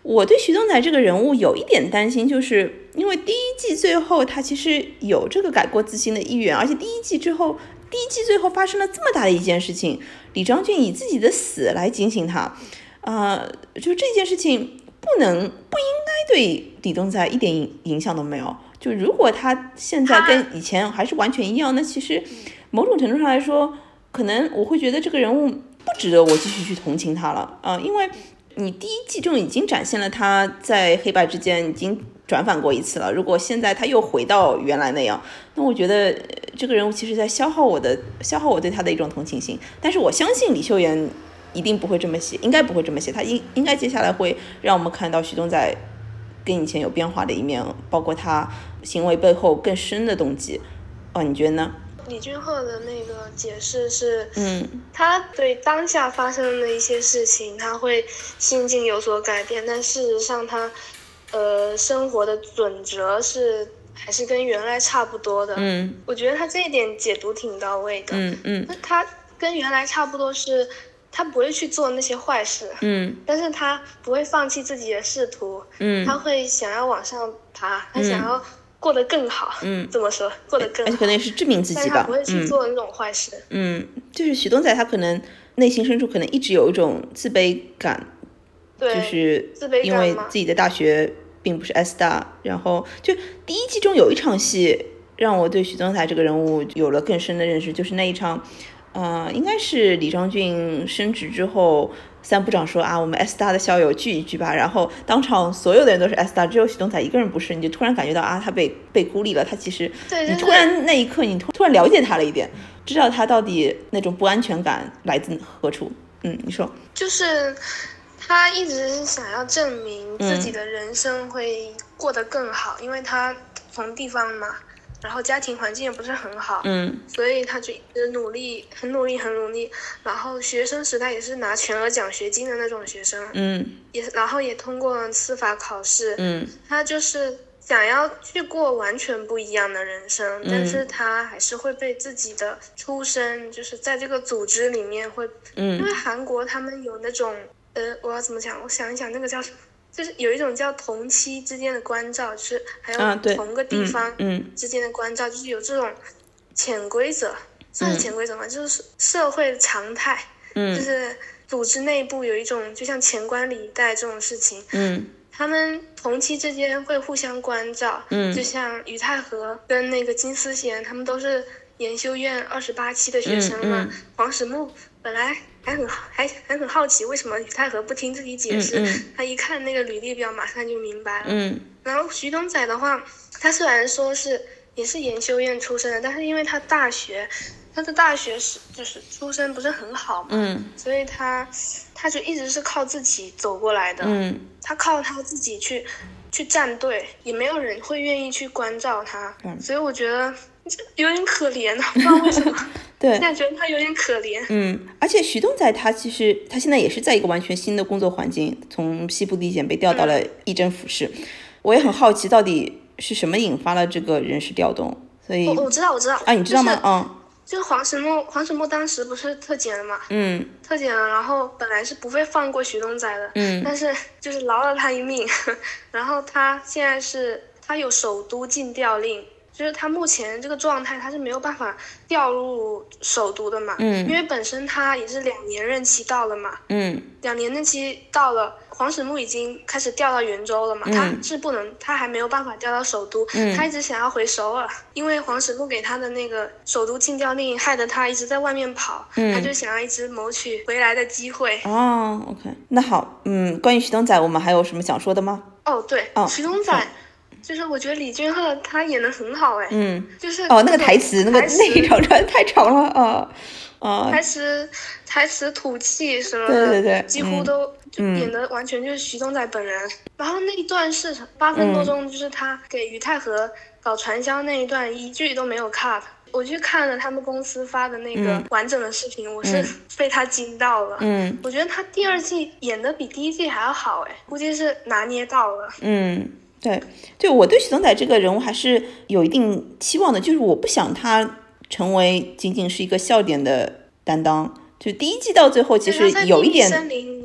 我对徐东仔这个人物有一点担心，就是因为第一季最后他其实有这个改过自新的意愿，而且第一季最后发生了这么大的一件事情，李章俊以自己的死来警醒他，就这件事情不应该对李东仔一点影响都没有。就如果他现在跟以前还是完全一样，那其实某种程度上来说，可能我会觉得这个人物不值得我继续去同情他了因为你第一季中已经展现了他在黑白之间已经转反过一次了，如果现在他又回到原来那样，那我觉得这个人物其实在消耗我对他的一种同情心。但是我相信李秀妍一定不会这么写，应该不会这么写，他应该接下来会让我们看到徐东仔跟以前有变化的一面，包括他行为背后更深的动机。你觉得呢？ 李俊赫的那个解释是，他对当下发生的一些事情，他会心境有所改变，但事实上他，生活的准则还是跟原来差不多的。我觉得他这一点解读挺到位的。那他跟原来差不多是，他不会去做那些坏事。但是他不会放弃自己的仕途。他会想要往上爬，他想要过得更好，怎么说？过得更好， 而且可能也是证明自己吧。 但他不会去做那种坏事。 就是许东仔他可能内心深处可能一直有一种自卑感，就是因为自己的大学并不是 S 大，然后就第一季中有一场戏让我对许东仔这个人物有了更深的认识，就是那一场，应该是李章俊升职之后。三部长说我们 S 大的校友聚一聚吧，然后当场所有的人都是 S 大，只有许东仔一个人不是，你就突然感觉到他被孤立了。他其实你突然那一刻你突然了解他了一点，知道他到底那种不安全感来自何处。你说， 就是他一直是想要证明自己的人生会过得更好，因为他从地方嘛，然后家庭环境也不是很好，所以他就一直很努力，然后学生时代也是拿全额奖学金的那种学生，然后也通过司法考试，他就是想要去过完全不一样的人生，但是他还是会被自己的出身，就是在这个组织里面会，因为韩国他们有那种我要怎么讲？我想一想，那个叫什么？就是有一种叫同期之间的关照，就是还有同个地方之间的关照，就是有这种潜规则，算是潜规则吗？就是社会常态，就是组织内部有一种就像前官礼带这种事情，他们同期之间会互相关照，就像于太和跟那个金思贤，他们都是研修院28期的学生嘛，黄始木本来还很好奇为什么于太和不听自己解释，他一看那个履历表马上就明白了。然后徐东仔的话，他虽然说也是研修院出身的，但是因为他的大学就是出身不是很好嘛，所以他就一直是靠自己走过来的，他靠他自己去站队，也没有人会愿意去关照他，所以我觉得有点可怜不知道为什么对，现在觉得他有点可怜。 而且徐东仔他其实他现在也是在一个完全新的工作环境，从西部地检被调到了议政府市，我也很好奇到底是什么引发了这个人事调动。所以我知道你知道吗？ 就是黄始木当时不是特检了嘛，特检了，然后本来是不会放过徐东仔的，但是就是饶了他一命，然后他现在他有首都禁调令。就是他目前这个状态，他是没有办法调入首都的嘛，因为本身他也是2年任期到了嘛，2年任期到了，黄始木已经开始调到元州了嘛，他还没有办法调到首都，他一直想要回首尔，因为黄始木给他的那个首都禁调令，害得他一直在外面跑，他就想要一直谋取回来的机会。 OK， 那好，关于徐东仔，我们还有什么想说的吗？ 对，徐东仔。就是我觉得李俊赫他演得很好就是那个台词那一场太长了台词吐气什么的， 对， 几乎都就演得完全就是徐东仔本人。然后那一段是8分多钟，就是他给于太和搞传销那一段一句都没有 cut。我去看了他们公司发的那个完整的视频，我是被他惊到了。我觉得他第2季演得比第1季还要好估计是拿捏到了。 对，我对许东仔这个人物还是有一定期望的，就是我不想他成为仅仅是一个笑点的担当。就第1季到最后，其实有一点，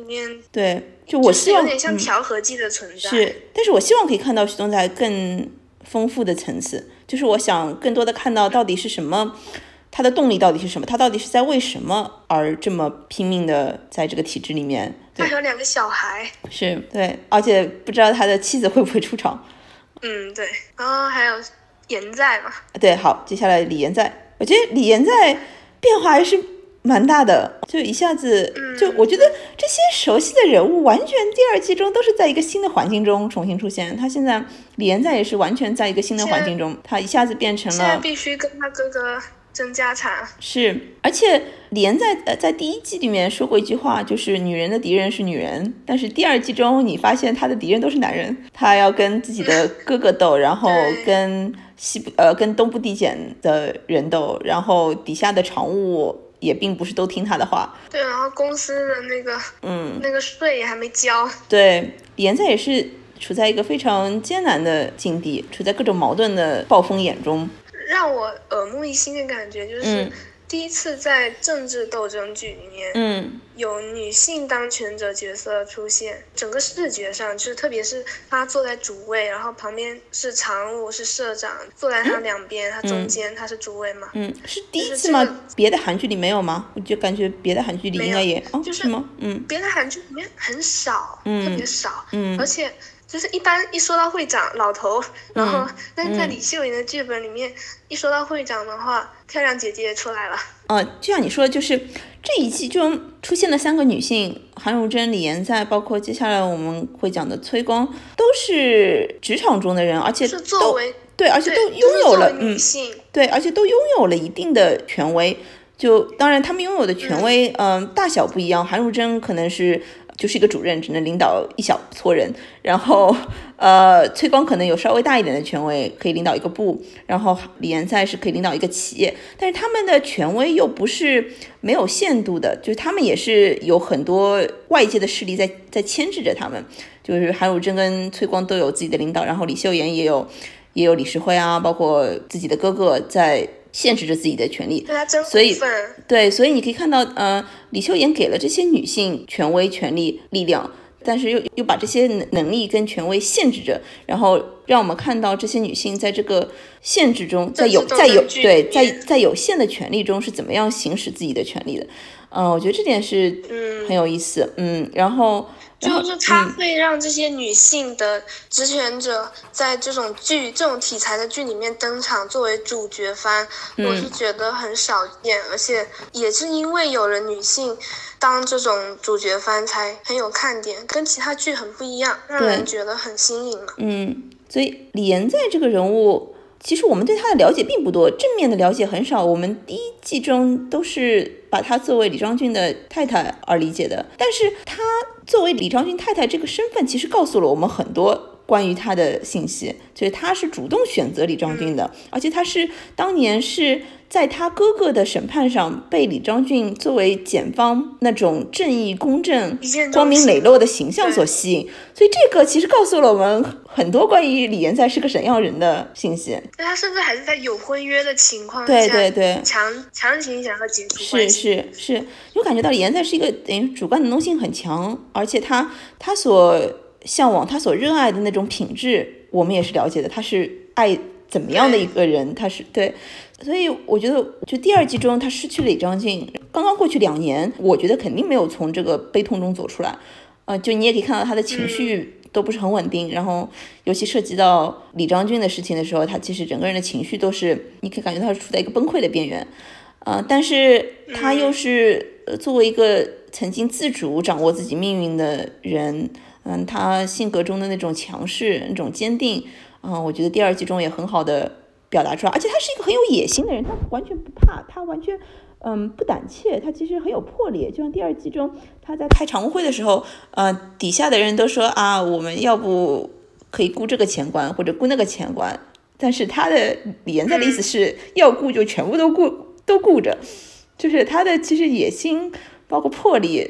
面， 对，就我希望有点像调和剂的存在。 是，但是我希望可以看到徐东在更丰富的层次，就是我想更多的看到到底是什么，他的动力到底是什么，他到底是在为什么而这么拼命的在这个体制里面。 他还有2个小孩， 是对，而且不知道他的妻子会不会出场。 对，然后还有严在嘛。 对，好，接下来李延在，我觉得李延在变化还是蛮大的，就一下子就我觉得这些熟悉的人物完全第2季中都是在一个新的环境中重新出现。他现在李延在也是完全在一个新的环境中，他一下子变成了现在必须跟他哥哥争家产。 是，而且李延在第1季里面说过一句话，就是女人的敌人是女人，但是第2季中你发现他的敌人都是男人，他要跟自己的哥哥斗，然后跟跟东部地检的人斗，然后底下的常务也并不是都听他的话。 对，然后公司的那个税也还没交。 对，李延在也是处在一个非常艰难的境地，处在各种矛盾的暴风眼中。 让我耳目一新的感觉就是第一次在政治斗争剧里面，有女性当权者角色出现，整个视觉上就是特别是她坐在主位，然后旁边是常务是社长，坐在她两边，她中间她是主位嘛。 是第一次吗？别的韩剧里没有吗？我就感觉别的韩剧里应该也就是吗？ 别的韩剧里面很少，特别少，而且就是一般一说到会长老头，然后但是在李秀妍的剧本里面，一说到会长的话，漂亮姐姐出来了。 就像你说的，就是这一季中出现了3个女性，韩汝珍、李延在，包括接下来我们会讲的崔光，都是职场中的人，而且而且都拥有了女性， 对，而且都拥有了一定的权威。就当然他们拥有的权威，大小不一样。韩汝珍可能就是一个主任，只能领导一小撮人，然后崔光可能有稍微大一点的权威，可以领导一个部，然后李延在是可以领导一个企业，但是他们的权威又不是没有限度的，就是他们也是有很多外界的势力在牵制着他们，就是韩汝珍跟崔光都有自己的领导，然后李秀妍也有理事会啊，包括自己的哥哥在限制着自己的权利，所以你可以看到，李秀妍给了这些女性权威、权力、力量，但是又把这些能力跟权威限制着，然后让我们看到这些女性在这个限制中，在有限的权利中是怎么样行使自己的权利的。我觉得这点是很有意思。然后就是它会让这些女性的职权者在这种题材的剧里面登场作为主角番，我是觉得很少见，而且也是因为有了女性当这种主角番才很有看点，跟其他剧很不一样，让人觉得很新颖嘛。 所以李延在这个人物，其实我们对他的了解并不多，正面的了解很少，我们第1季中都是把他作为李章俊的太太而理解的，但是他作为李章俊太太这个身份，其实告诉了我们很多关于他的信息，就是他是主动选择李章俊的，而且他是当年是在他哥哥的审判上被李章俊作为检方那种正义公正光明磊落的形象所吸引，所以这个其实告诉了我们很多关于李延在是个怎样人的信息。 他甚至还是在有婚约的情况下， 对强行想要解除关系。 是，我感觉到李延在是一个等于主观能动性很强，而且他所向往、他所热爱的那种品质，我们也是了解的。他是爱怎么样的一个人？他是对，所以我觉得，就第2季中他失去了李章俊，刚刚过去2年，我觉得肯定没有从这个悲痛中走出来。就你也可以看到他的情绪都不是很稳定，然后尤其涉及到李章俊的事情的时候，他其实整个人的情绪都是，你可以感觉他是处在一个崩溃的边缘。但是他又是作为一个曾经自主掌握自己命运的人，他性格中的那种强势、那种坚定，我觉得第2季中也很好的表达出来。而且他是一个很有野心的人，他完全不怕，他完全不胆怯，他其实很有魄力。就像第2季中他在开常务会的时候，底下的人都说啊，我们要不可以雇这个钱官或者雇那个钱官，但是他的李延在的意思是要雇就全部都顾着，就是他的其实野心包括魄力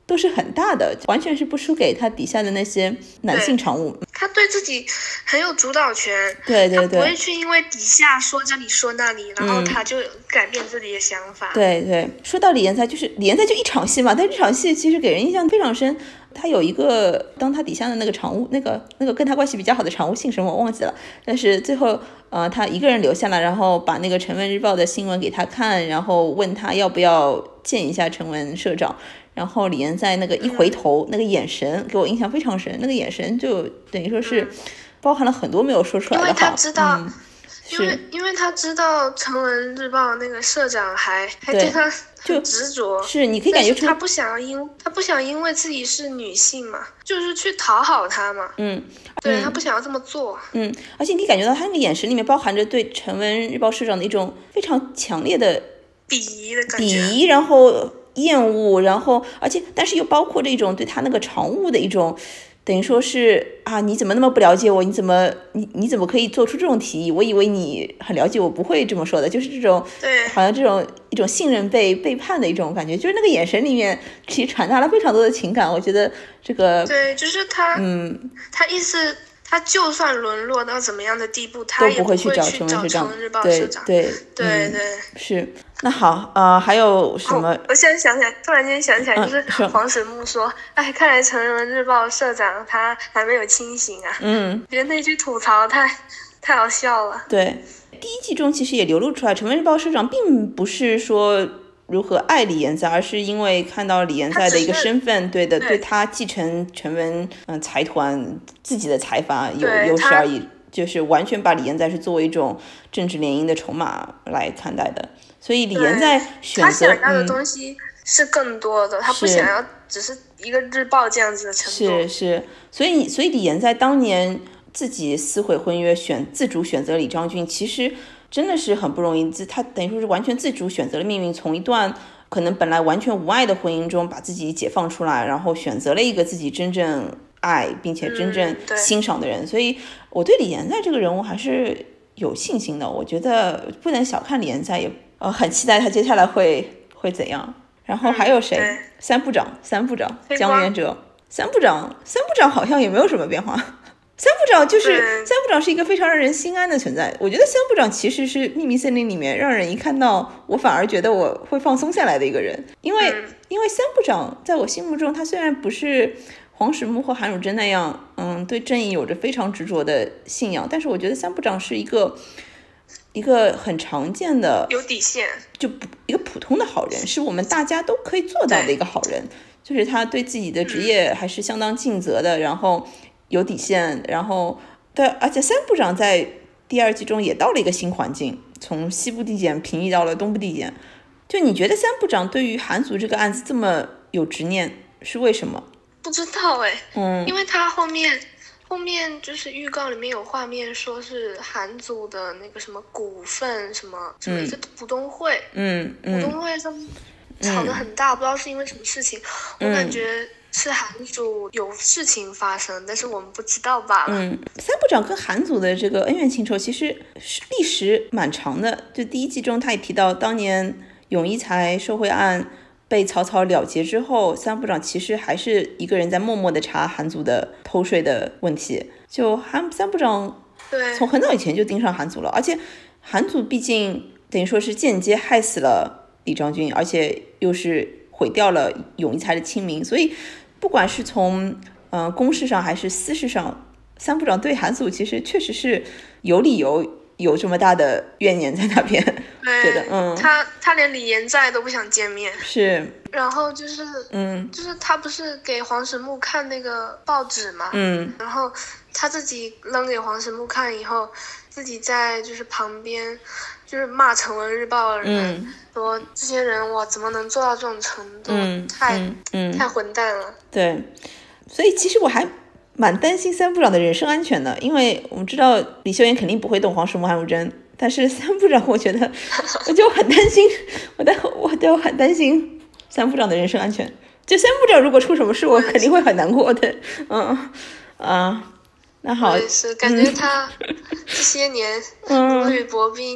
都是很大的，完全是不输给他底下的那些男性常务。 他对自己很有主导权， 对，他不会去因为底下说这里说那里，然后他就改变自己的想法。 对，说到李延哉，就是李延哉就一场戏嘛，但这场戏其实给人印象非常深。他有一个，当他底下的那个常务，那个跟他关系比较好的常务姓什么我忘记了，但是最后他一个人留下了，然后把那个晨文日报的新闻给他看，然后问他要不要见一下晨文社长。然后李延哉那个一回头，那个眼神给我印象非常深，那个眼神就等于说是包含了很多没有说出来的话。 因为他知道，因为他知道晨文日报那个社长还对他很执着， 是你可以感觉出他不想因为自己是女性嘛，就是去讨好他嘛。对，他不想要这么做。 而且你感觉到他那个眼神里面包含着对晨文日报社长的一种非常强烈的鄙夷的感觉， 鄙夷，然后厌恶，然后但是又包括着一种对他那个常务的一种，等于说是啊，你怎么那么不了解我？你怎么可以做出这种提议？我以为你很了解我，不会这么说的。就是这种， 对， 好像这种一种信任被背叛的一种感觉，就是那个眼神里面其实传达了非常多的情感。我觉得这个， 对，就是他，他意思。他就算沦落到怎么样的地步，他也不会去找晨文日报社长。 对，是。那好还有什么？ 我现在想起来，突然间想起来，就是黄沈木说：“哎，看来晨文日报社长他还没有清醒啊。”觉得那句吐槽太好笑了。 对，第一季中其实也流露出来，晨文日报社长并不是说如何爱李延哉，而是因为看到李延哉的一个身份，对他继承晨文财团自己的财阀有优势而已，就是完全把李延哉是作为一种政治联姻的筹码来看待的。所以李延哉选择他想要的东西是更多的，他不想要只是一个日报这样子的程度。 是，所以李延哉当年自己撕毁婚约，自主选择李章俊，其实真的是很不容易，他等于说是完全自主选择了命运，从一段可能本来完全无爱的婚姻中把自己解放出来，然后选择了一个自己真正爱并且真正欣赏的人。所以我对李延哉这个人物还是有信心的，我觉得不能小看李延哉，也很期待他接下来会怎样。然后还有谁？三部长姜元哲。三部长好像也没有什么变化。三部长是一个非常让人心安的存在。我觉得三部长其实是秘密森林里面让人一看到我反而觉得我会放松下来的一个人，因为三部长在我心目中，他虽然不是黄始木或韩汝珍那样对正义有着非常执着的信仰，但是我觉得三部长是一个很常见的有底线， 就一个普通的好人，是我们大家都可以做到的一个好人。就是他对自己的职业还是相当尽责的，然后有底线，然后对，而且三部长在第二季中也到了一个新环境，从西部地检平移到了东部地检。就你觉得三部长对于韩族这个案子这么有执念，是为什么？ 不知道因为他后面就是预告里面有画面说是韩族的那个什么股份什么一个股东会，股东会上吵得很大，不知道是因为什么事情，我感觉是韩族有事情发生，但是我们不知道罢了。 三部长跟韩族的这个恩怨情仇其实历史蛮长的，就第一季中他也提到，当年永一财受贿案被草草了结之后，三部长其实还是一个人在默默的查韩族的偷税的问题。就三部长从很早以前就盯上韩族了，而且韩族毕竟等于说是间接害死了李章俊，而且又是毁掉了永一财的亲民，所以不管是从公事上还是私事上，三部长对韩族其实确实是有理由有这么大的怨念在那边。对的， 他连李延哉都不想见面。 是， 然后就是他不是给黄始木看那个报纸嘛，然后他自己扔给黄始木看以后，自己在就是旁边就是骂晨文日报的人，说这些人哇怎么能做到这种程度，太混蛋了。对， 所以其实我还蛮担心三部长的人身安全的，因为我们知道李秀妍肯定不会动黄始木韩汝珍，但是三部长我觉得我就很担心，我很担心三部长的人身安全。就三部长如果出什么事，我肯定会很难过的。那好， 是感觉他这些年如履薄冰，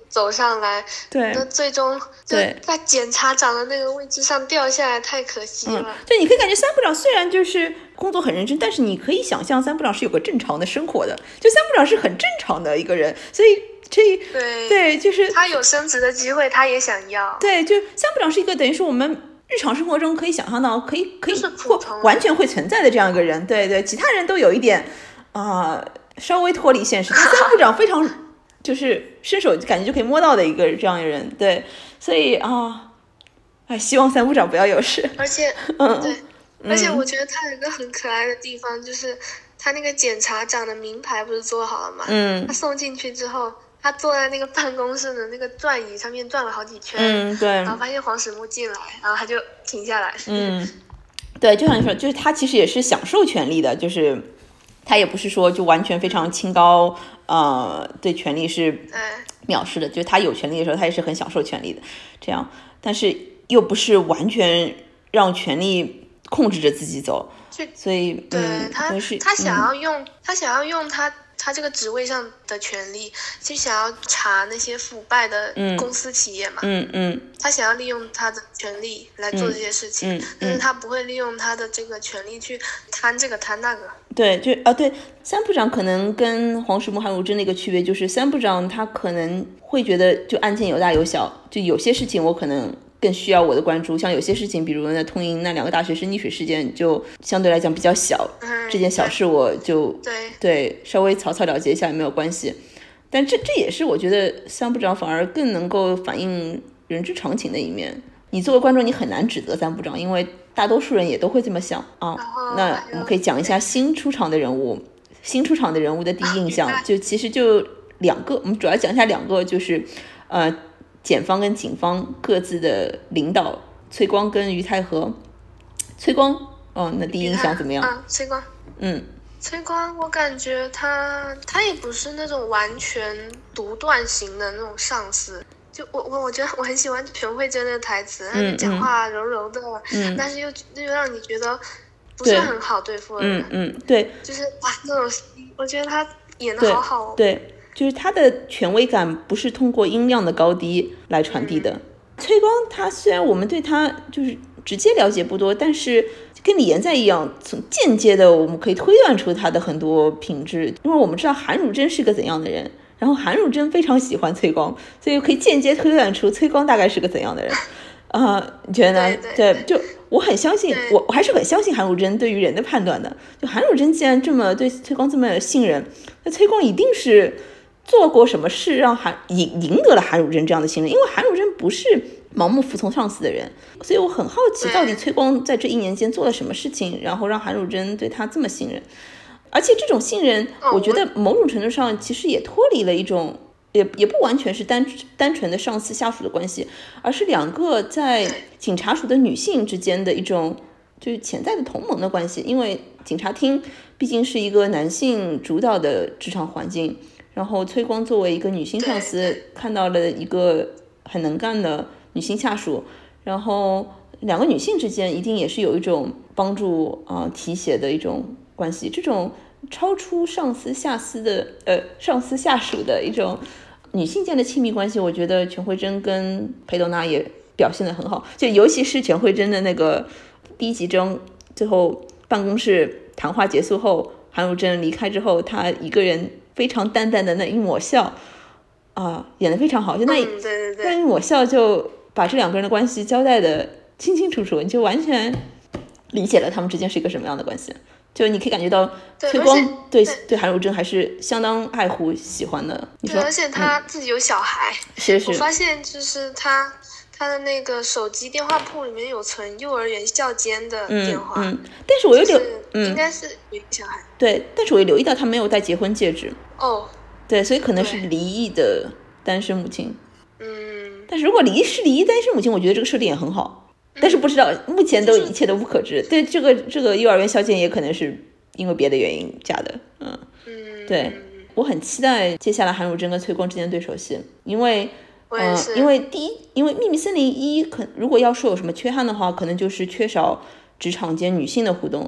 走上来， 对， 那最终就在检察长的那个位置上掉下来，太可惜了。 就你可以感觉三部长虽然就是工作很认真，但是你可以想象三部长是有个正常的生活的，就三部长是很正常的一个人，所以对，就是他有升职的机会，他也想要。 对，就三部长是一个等于说我们日常生活中可以想象到，可以完全会存在的这样一个人。对，其他人都有一点稍微脱离现实，但三部长非常就是伸手感觉就可以摸到的一个这样一个人。对，所以希望三部长不要有事。 而且而且我觉得他有一个很可爱的地方，就是他那个检察长的名牌不是做好了吗？他送进去之后，他坐在那个办公室的那个转椅上面转了好几圈， 对， 然后发现黄始木进来，然后他就停下来。 对，就像你说，就是他其实也是享受权力的，就是他也不是说就完全非常清高，对权力是藐视的，就是他有权力的时候，他也是很享受权力的，这样，但是又不是完全让权力控制着自己走，所以对他想要用他这个职位上的权利，就想要查那些腐败的公司企业嘛，他想要利用他的权利来做这些事情，但是他不会利用他的这个权利去贪这个贪那个。 对，对，三部长可能跟黄始木韩汝珍的一个区别就是三部长他可能会觉得就案件有大有小，就有些事情我可能更需要我的关注，像有些事情比如那通银那2个大学生溺水事件就相对来讲比较小，这件小事我就对稍微草草了结一下也没有关系，但这也是我觉得三部长反而更能够反映人之常情的一面，你作为观众你很难指责三部长，因为大多数人也都会这么想那我们可以讲一下新出场的人物的第一印象，就其实就2个，我们主要讲一下2个，就是检方跟警方各自的领导，崔光跟于太和。崔光那第一印象怎么样？ 崔光我感觉他也不是那种完全独断型的那种上司，就我觉得我很喜欢全慧珍的台词，他讲话柔柔的，但是又让你觉得不是很好对付的人， 对， 就是那种，我觉得他演得好好对，就是他的权威感不是通过音量的高低来传递的。崔光他虽然我们对他就是直接了解不多，但是跟李延在一样，从间接的我们可以推断出他的很多品质，因为我们知道韩汝珍是个怎样的人，然后韩汝珍非常喜欢崔光，所以可以间接推断出崔光大概是个怎样的人。你觉得呢？对，就我很相信，我还是很相信韩汝珍对于人的判断的。就韩汝珍既然这么对崔光这么信任，那崔光一定是做过什么事让赢得了韩汝珍这样的信任，因为韩汝珍不是盲目服从上司的人，所以我很好奇到底崔光在这1年间做了什么事情，然后让韩汝珍对他这么信任。而且这种信任我觉得某种程度上其实也脱离了一种也不完全是单纯的上司下属的关系，而是2个在警察署的女性之间的一种就是潜在的同盟的关系，因为警察厅毕竟是一个男性主导的职场环境，然后崔光作为一个女性上司看到了一个很能干的女性下属，然后2个女性之间一定也是有一种帮助提携的一种关系，这种超出上司下属的一种女性间的亲密关系，我觉得全慧珍跟裴斗娜也表现得很好，就尤其是全慧珍的那个第1集中最后办公室谈话结束后，韩汝珍离开之后，她一个人非常淡淡的那一抹笑演得非常好，就那一抹笑就把这2个人的关系交代的清清楚楚，你就完全理解了他们之间是一个什么样的关系，就你可以感觉到崔光对韩汝珍还是相当爱护喜欢的。你说， 而且他自己有小孩， 是我发现就是他的那个手机电话簿里面有存幼儿园校监的电话， 但是我应该是有小孩， 对，但是我留意到他没有戴结婚戒指对，所以可能是离异的单身母亲。但是如果离异单身母亲，我觉得这个设定也很好。但是不知道，目前一切都不可知。对，这个幼儿园校监也可能是因为别的原因嫁的。对，我很期待接下来韩汝珍跟崔光之间的对手戏，因为因为秘密森林1如果要说有什么缺憾的话，可能就是缺少职场间女性的互动。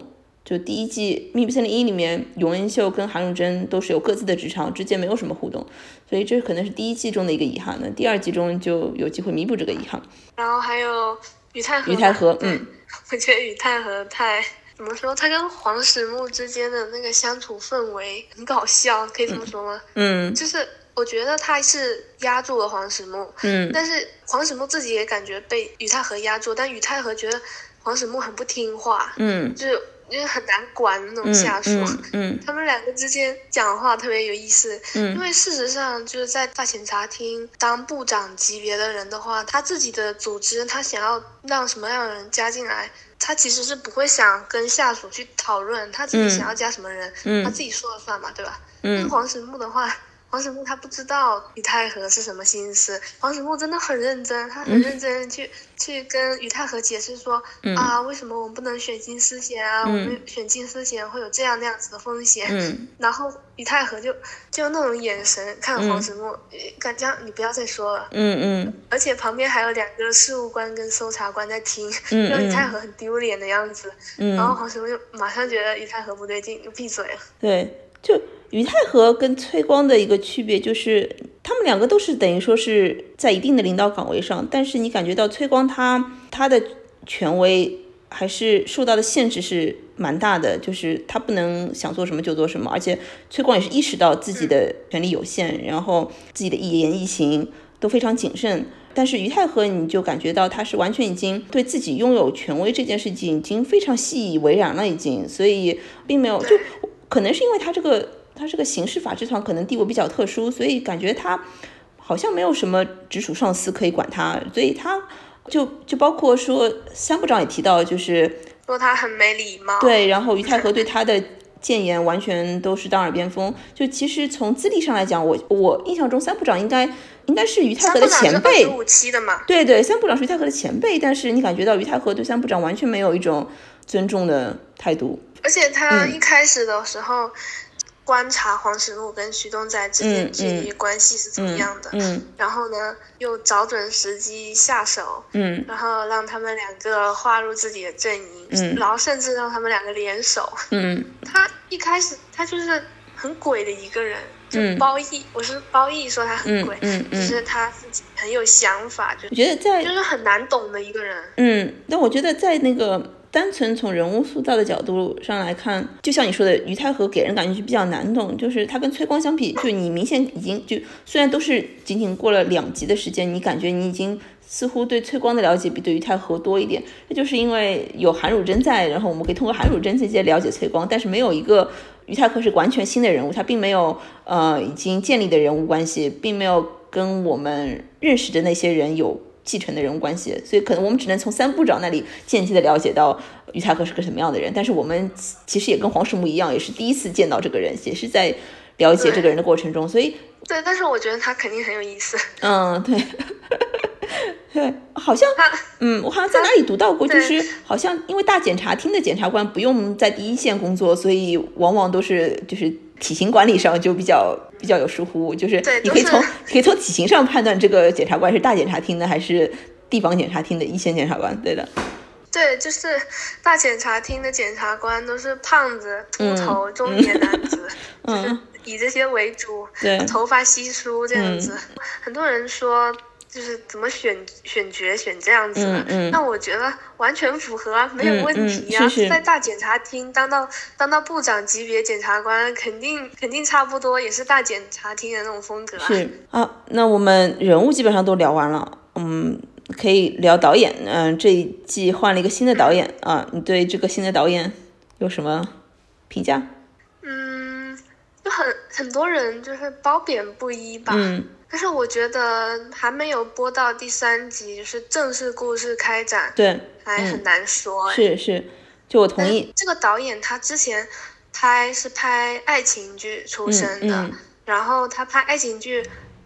就第一季《秘密森林1》里面，永恩秀跟韩汝珍都是有各自的职场，之间没有什么互动，所以这可能是第一季中的一个遗憾。那第二季中就有机会弥补这个遗憾。 然后还有于太和，我觉得于太和怎么说，他跟黄始木之间的那个相处氛围很搞笑，可以这么说吗？就是我觉得他是压住了黄始木，但是黄始木自己也感觉被于太和压住，但于太和觉得黄始木很不听话，就是因为很难管那种下属，他们两个之间讲话特别有意思，因为事实上就是在大检察厅当部长级别的人的话，他自己的组织他想要让什么样的人加进来，他其实是不会想跟下属去讨论，他自己想要加什么人，他自己说了算嘛，对吧？但是黄始木的话，黄始木他不知道于太和是什么心思，黄始木真的很认真，他很认真去跟于太和解释说，为什么我们不能选金丝弦啊？我们选金丝弦会有这样那样子的风险。然后于太和就那种眼神看黄始木，感觉你不要再说了。而且旁边还有2个事务官跟搜查官在听，让于太和很丢脸的样子。然后黄始木就马上觉得于太和不对劲，就闭嘴了。 对，就于太和跟崔光的一个区别就是，他们两个都是等于说是在一定的领导岗位上，但是你感觉到崔光他的权威还是受到的限制是蛮大的，就是他不能想做什么就做什么，而且崔光也是意识到自己的权力有限，然后自己的一言一行都非常谨慎。但是于太和你就感觉到他是完全已经对自己拥有权威这件事情已经非常习以为然了，已经，所以并没有，就可能是因为他这个刑事法制团可能地位比较特殊，所以感觉他好像没有什么直属上司可以管他，所以他就包括说三部长也提到，就是说他很没礼貌。 对，然后于太和对他的谏言完全都是当耳边风。就其实从资历上来讲，我印象中三部长应该是于太和的前辈。 3部长是25期的嘛？ 对，三部长是于太和的前辈，但是你感觉到于太和对三部长完全没有一种尊重的态度。 而且他一开始的时候，观察黄始木跟徐东宰之间距离关系是怎么样的，然后呢又找准时机下手，然后让他们2个划入自己的阵营，然后甚至让他们2个联手。他一开始他就是很鬼的一个人，就我是褒义说他很鬼，就是他自己很有想法，我觉得就是很难懂的一个人。 但我觉得在那个单纯从人物塑造的角度上来看，就像你说的，于太和给人感觉是比较难懂，就是他跟崔光相比，就你明显已经就虽然都是仅仅过了2集的时间，你感觉你已经似乎对崔光的了解比对于太和多一点，这就是因为有韩汝珍在，然后我们可以通过韩汝珍这些了解崔光，但是没有一个于太和是完全新的人物，他并没有已经建立的人物关系，并没有跟我们认识的那些人有继承的人物关系，所以可能我们只能从三部长那里间接的了解到于太和是个什么样的人，但是我们其实也跟黄始木一样，也是第一次见到这个人，也是在了解这个人的过程中，所以对，但是我觉得他肯定很有意思。 对对，好像我好像在哪里读到过，就是好像因为大检察厅的检察官不用在第一线工作，所以往往都是就是体型管理上就比较有疏忽，就是你可以从体型上判断这个检察官是大检察厅的还是地方检察厅的一线检察官。对的， 对，就是大检察厅的检察官都是胖子、秃头、中年男子，就是以这些为主，头发稀疏这样子。很多人说就是怎么选角选这样子的，那我觉得完全符合啊，没有问题啊。在大检察厅当到部长级别检察官，肯定差不多，也是大检察厅的那种风格啊。 是啊，那我们人物基本上都聊完了，可以聊导演。这一季换了一个新的导演啊，你对这个新的导演有什么评价？ 就很多人就是褒贬不一吧。但是我觉得还没有播到第3集，就是正式故事开展， 对， 还很难说。 是，就我同意。 这个导演他之前拍爱情剧出身的，然后他拍爱情剧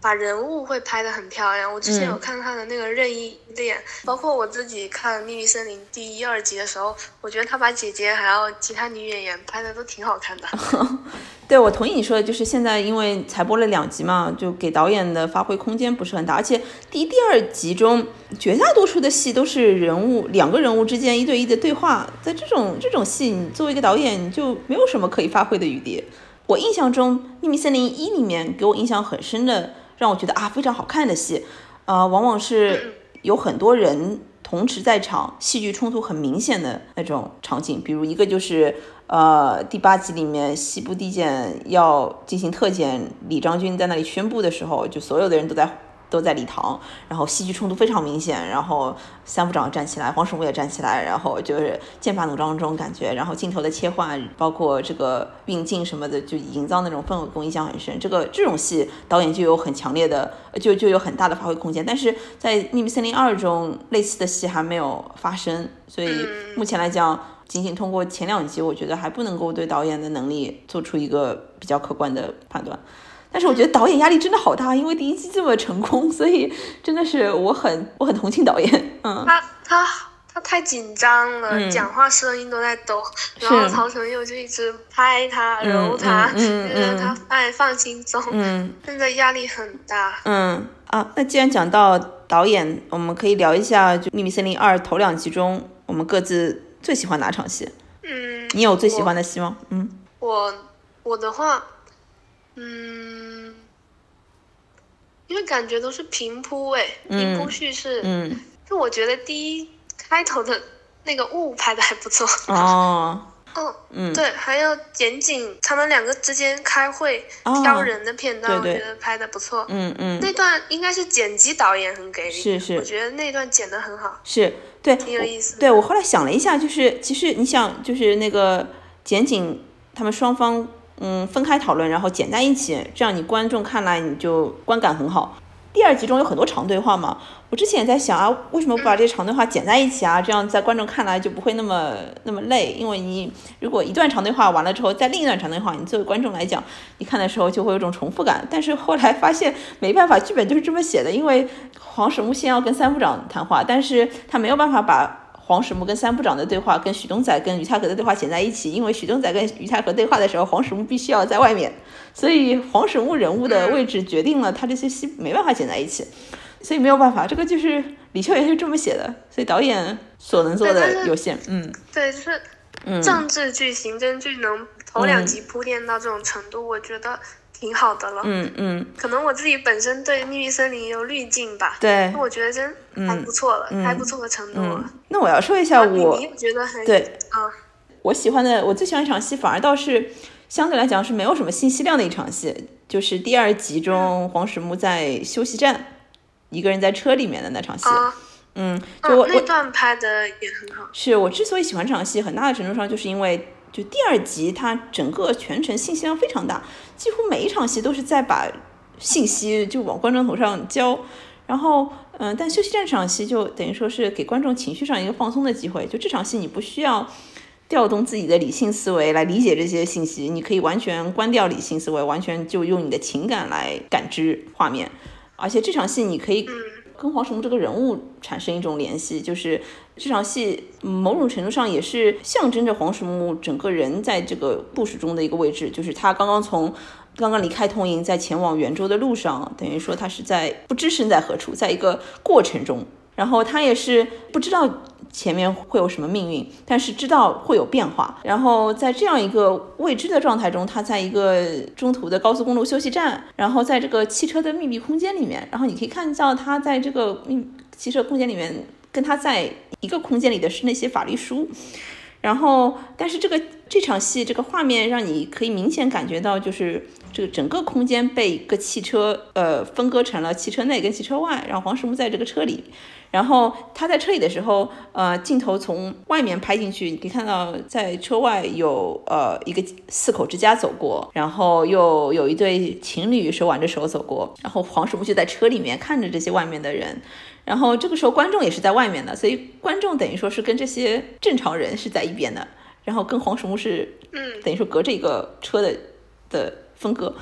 把人物会拍得很漂亮。我之前有看他的那个任意恋，包括我自己看《秘密森林》第1、2集的时候，我觉得他把姐姐还有其他女演员拍的都挺好看的。 对，我同意你说的，就是现在因为才播了2集嘛，就给导演的发挥空间不是很大，而且第1、第2集中绝大多数的戏都是2个人物之间1对1的对话，在这种戏，你作为一个导演，你就没有什么可以发挥的余地。我印象中《秘密森林1》里面给我印象很深的，让我觉得非常好看的戏，往往是有很多人同时在场，戏剧冲突很明显的那种场景。比如一个就是第8集里面西部地检要进行特检，李章军在那里宣布的时候，就所有的人都在礼堂，然后戏剧冲突非常明显，然后三部长站起来，黄始木也站起来，然后就是剑拔弩张这种感觉，然后镜头的切换，包括这个运镜什么的，就营造那种氛围，给我印象很深。这种戏导演就有很强烈的，就有很大的发挥空间，但是在《秘密森林2》中类似的戏还没有发生，所以目前来讲，仅仅通过前2集，我觉得还不能够对导演的能力做出一个比较客观的判断。但是我觉得导演压力真的好大，因为第1季这么成功，所以真的是我很同情导演。 他太紧张了，讲话声音都在抖，然后曹承佑就一直拍他揉他，让他放轻松，真的压力很大。 那既然讲到导演，我们可以聊一下就《秘密森林2》头2集中我们各自最喜欢哪场戏？你有最喜欢的戏吗？ 我的话，因为感觉都是平铺平铺叙事，就我觉得第1开头的那个雾拍的还不错。对，还有简景他们2个之间开会挑人的片段，我觉得拍的不错。那段应该是剪辑导演很给力，是我觉得那段剪得很好， 是对， 挺有意思的。 对，我后来想了一下，就是其实你想，就是那个简景他们双方分开讨论，然后剪在一起，这样你观众看来你就观感很好。第2集中有很多长对话嘛，我之前也在想为什么不把这些长对话剪在一起这样在观众看来就不会那么累，因为你如果一段长对话完了之后，在另一段长对话，你作为观众来讲，你看的时候就会有种重复感。但是后来发现没办法，剧本就是这么写的，因为黄始木先要跟三部长谈话，但是他没有办法把黄始木跟三部长的对话跟许东宰跟于太和的对话剪在一起，因为许东宰跟于太和对话的时候，黄始木必须要在外面，所以黄始木人物的位置决定了他这些戏没办法剪在一起，所以没有办法，这个就是李秋元就这么写的，所以导演所能做的有限。 对，就是政治剧、行政剧能头2集铺垫到这种程度，我觉得挺好的了。可能我自己本身对秘密森林有滤镜吧， 对， 我觉得真还不错了，还不错的程度了。 那我要说一下你也觉得很对我最喜欢一场戏，反而倒是相对来讲是没有什么信息量的一场戏，就是第2集中黄始木在休息站一个人在车里面的那场戏。 那段拍的也很好。 是我之所以喜欢这场戏，很大的程度上就是因为就第2集它整个全程信息量非常大，几乎每一场戏都是在把信息就往观众头上交，然后但休息站这场戏就等于说是给观众情绪上一个放松的机会，就这场戏你不需要调动自己的理性思维来理解这些信息，你可以完全关掉理性思维，完全就用你的情感来感知画面，而且这场戏你可以跟黄始木这个人物产生一种联系，就是这场戏某种程度上也是象征着黄始木整个人在这个故事中的一个位置，就是他刚刚离开通营，在前往袁州的路上，等于说他是在不知身在何处，在一个过程中，然后他也是不知道前面会有什么命运，但是知道会有变化，然后在这样一个未知的状态中，他在一个中途的高速公路休息站，然后在这个汽车的密闭空间里面，然后你可以看到他在这个汽车空间里面跟他在一个空间里的是那些法律书，然后但是这场戏这个画面让你可以明显感觉到，就是这个整个空间被一个汽车分割成了汽车内跟汽车外，然后黄始木在这个车里，然后他在车里的时候镜头从外面拍进去，你可以看到在车外有一个4口之家走过，然后又有一对情侣手挽着手走过，然后黄始木就在车里面看着这些外面的人，然后这个时候观众也是在外面的，所以观众等于说是跟这些正常人是在一边的，然后跟黄始木是等于说隔着一个车的分割，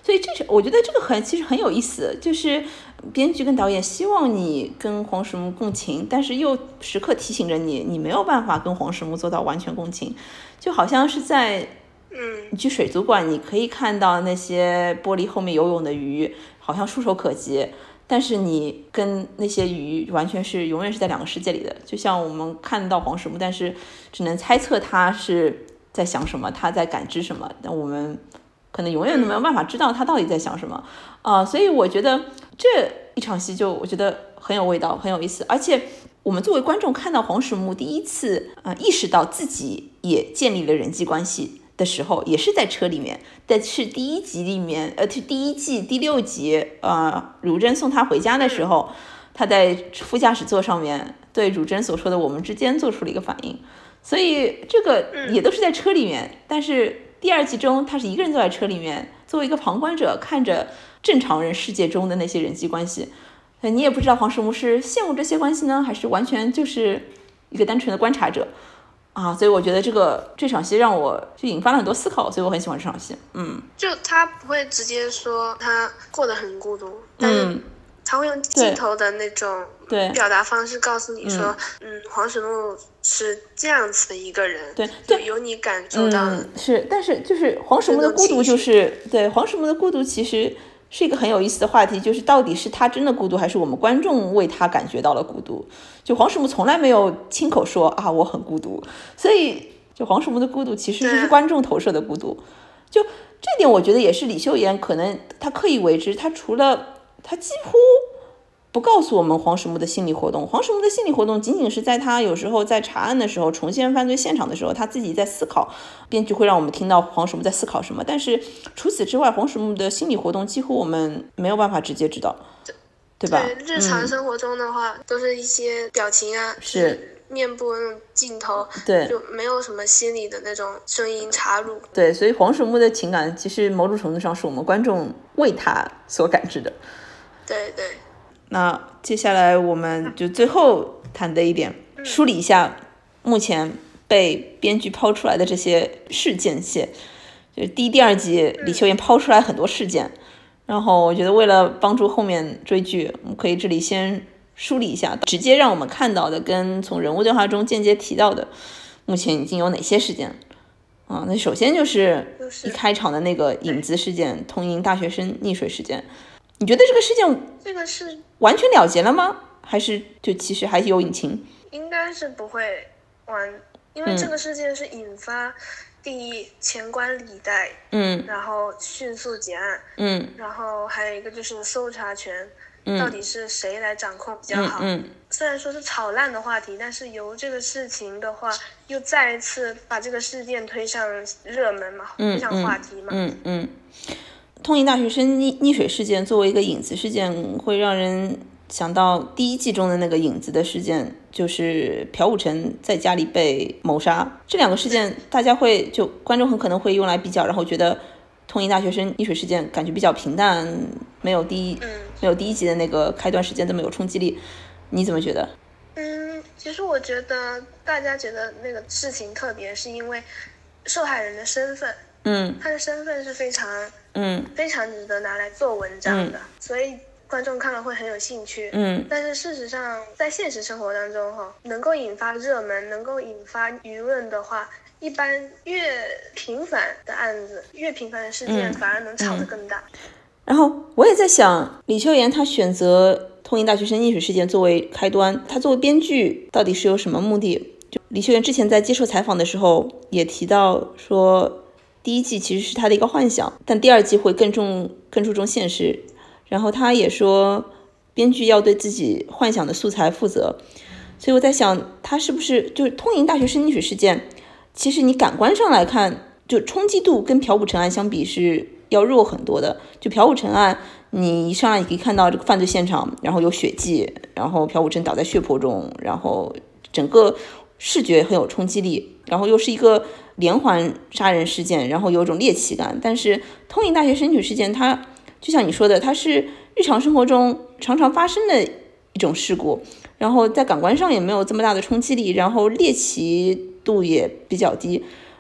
所以我觉得这个其实很有意思，就是编剧跟导演希望你跟黄石木共情，但是又时刻提醒着你没有办法跟黄石木做到完全共情，就好像是在你去水族馆，你可以看到那些玻璃后面游泳的鱼好像触手可及，但是你跟那些鱼完全是永远是在两个世界里的。就像我们看到黄石木，但是只能猜测他是在想什么，他在感知什么，但我们可能永远都没有办法知道他到底在想什么所以我觉得这一场戏我觉得很有味道，很有意思。而且我们作为观众看到黄石木第一次意识到自己也建立了人际关系的时候，也是在车里面，但是第一集里面第一季第6集汝珍送他回家的时候，他在副驾驶座上面对汝珍所说的我们之间做出了一个反应，所以这个也都是在车里面但是第2集中他是一个人坐在车里面，作为一个旁观者看着正常人世界中的那些人际关系，你也不知道黄石木是羡慕这些关系呢，还是完全就是一个单纯的观察者所以我觉得这场戏让我就引发了很多思考，所以我很喜欢这场戏。 就他不会直接说他过得很孤独，但是他会用镜头的那种表达方式告诉你说黄石木是这样子的一个人，对，有你感受到的是，但是就是黄石木的孤独，就是对黄石木的孤独其实是一个很有意思的话题，就是到底是他真的孤独，还是我们观众为他感觉到了孤独。就黄石木从来没有亲口说我很孤独，所以就黄石木的孤独其实是观众投射的孤独。就这点我觉得也是李秀妍可能他刻意为之，他几乎不告诉我们黄石木的心理活动，黄石木的心理活动仅仅是在他有时候在查案的时候，重现犯罪现场的时候，他自己在思考，编剧会让我们听到黄石木在思考什么，但是除此之外，黄石木的心理活动几乎我们没有办法直接知道，对吧？ 对，日常生活中的话，都是一些表情是面部那种镜头， 对， 就没有什么心理的那种声音插入。 对，所以黄石木的情感其实某种程度上是我们观众为他所感知的。 对对。 那接下来我们就最后谈的一点，梳理一下目前被编剧抛出来的这些事件线。就是第1、第2集李秀妍抛出来很多事件，然后我觉得为了帮助后面追剧，我们可以这里先梳理一下，直接让我们看到的跟从人物对话中间接提到的目前已经有哪些事件那首先就是一开场的那个影子事件，通英大学生溺水事件。你觉得这个事件是完全了结了吗？还是就其实还有隐情？ 应该是不会完，因为这个事件是引发第一前观礼带，然后迅速结案，然后还有一个就是搜查权，到底是谁来掌控比较好？虽然说是炒烂的话题，但是由这个事情的话，又再一次把这个事件推上热门嘛，推上话题嘛。 通英大学生溺水事件作为一个影子事件，会让人想到第1季中的那个影子的事件，就是朴武成在家里被谋杀。这2个事件大家观众很可能会用来比较，然后觉得通英大学生溺水事件感觉比较平淡，没有第一集的那个开端事件这么有冲击力。你怎么觉得？ 其实我觉得大家觉得那个事情特别是因为受害人的身份，他的身份是非常值得拿来做文章的，所以观众看了会很有兴趣。但是事实上在现实生活当中能够引发热门，能够引发舆论的话，一般越频繁的案子，越频繁的事件反而能炒得更大。 然后我也在想，李秀妍她选择通英大学生溺水事件作为开端，她作为编剧到底是有什么目的？就李秀妍之前在接受采访的时候也提到说，第1季其实是她的一个幻想，但第2季会更注重现实。然后她也说，编剧要对自己幻想的素材负责。所以我在想，她是不是就是通英大学生溺水事件，其实你感官上来看，就冲击度跟朴武成案相比是要弱很多的。就朴武成案，你一上来可以看到这个犯罪现场，然后有血迹，然后朴武成倒在血泊中，然后整个视觉很有冲击力，然后又是一个连环杀人事件，然后有一种猎奇感。但是通英大学生溺水事件，它就像你说的，它是日常生活中常常发生的一种事故，然后在感官上也没有这么大的冲击力，然后猎奇度也比较低。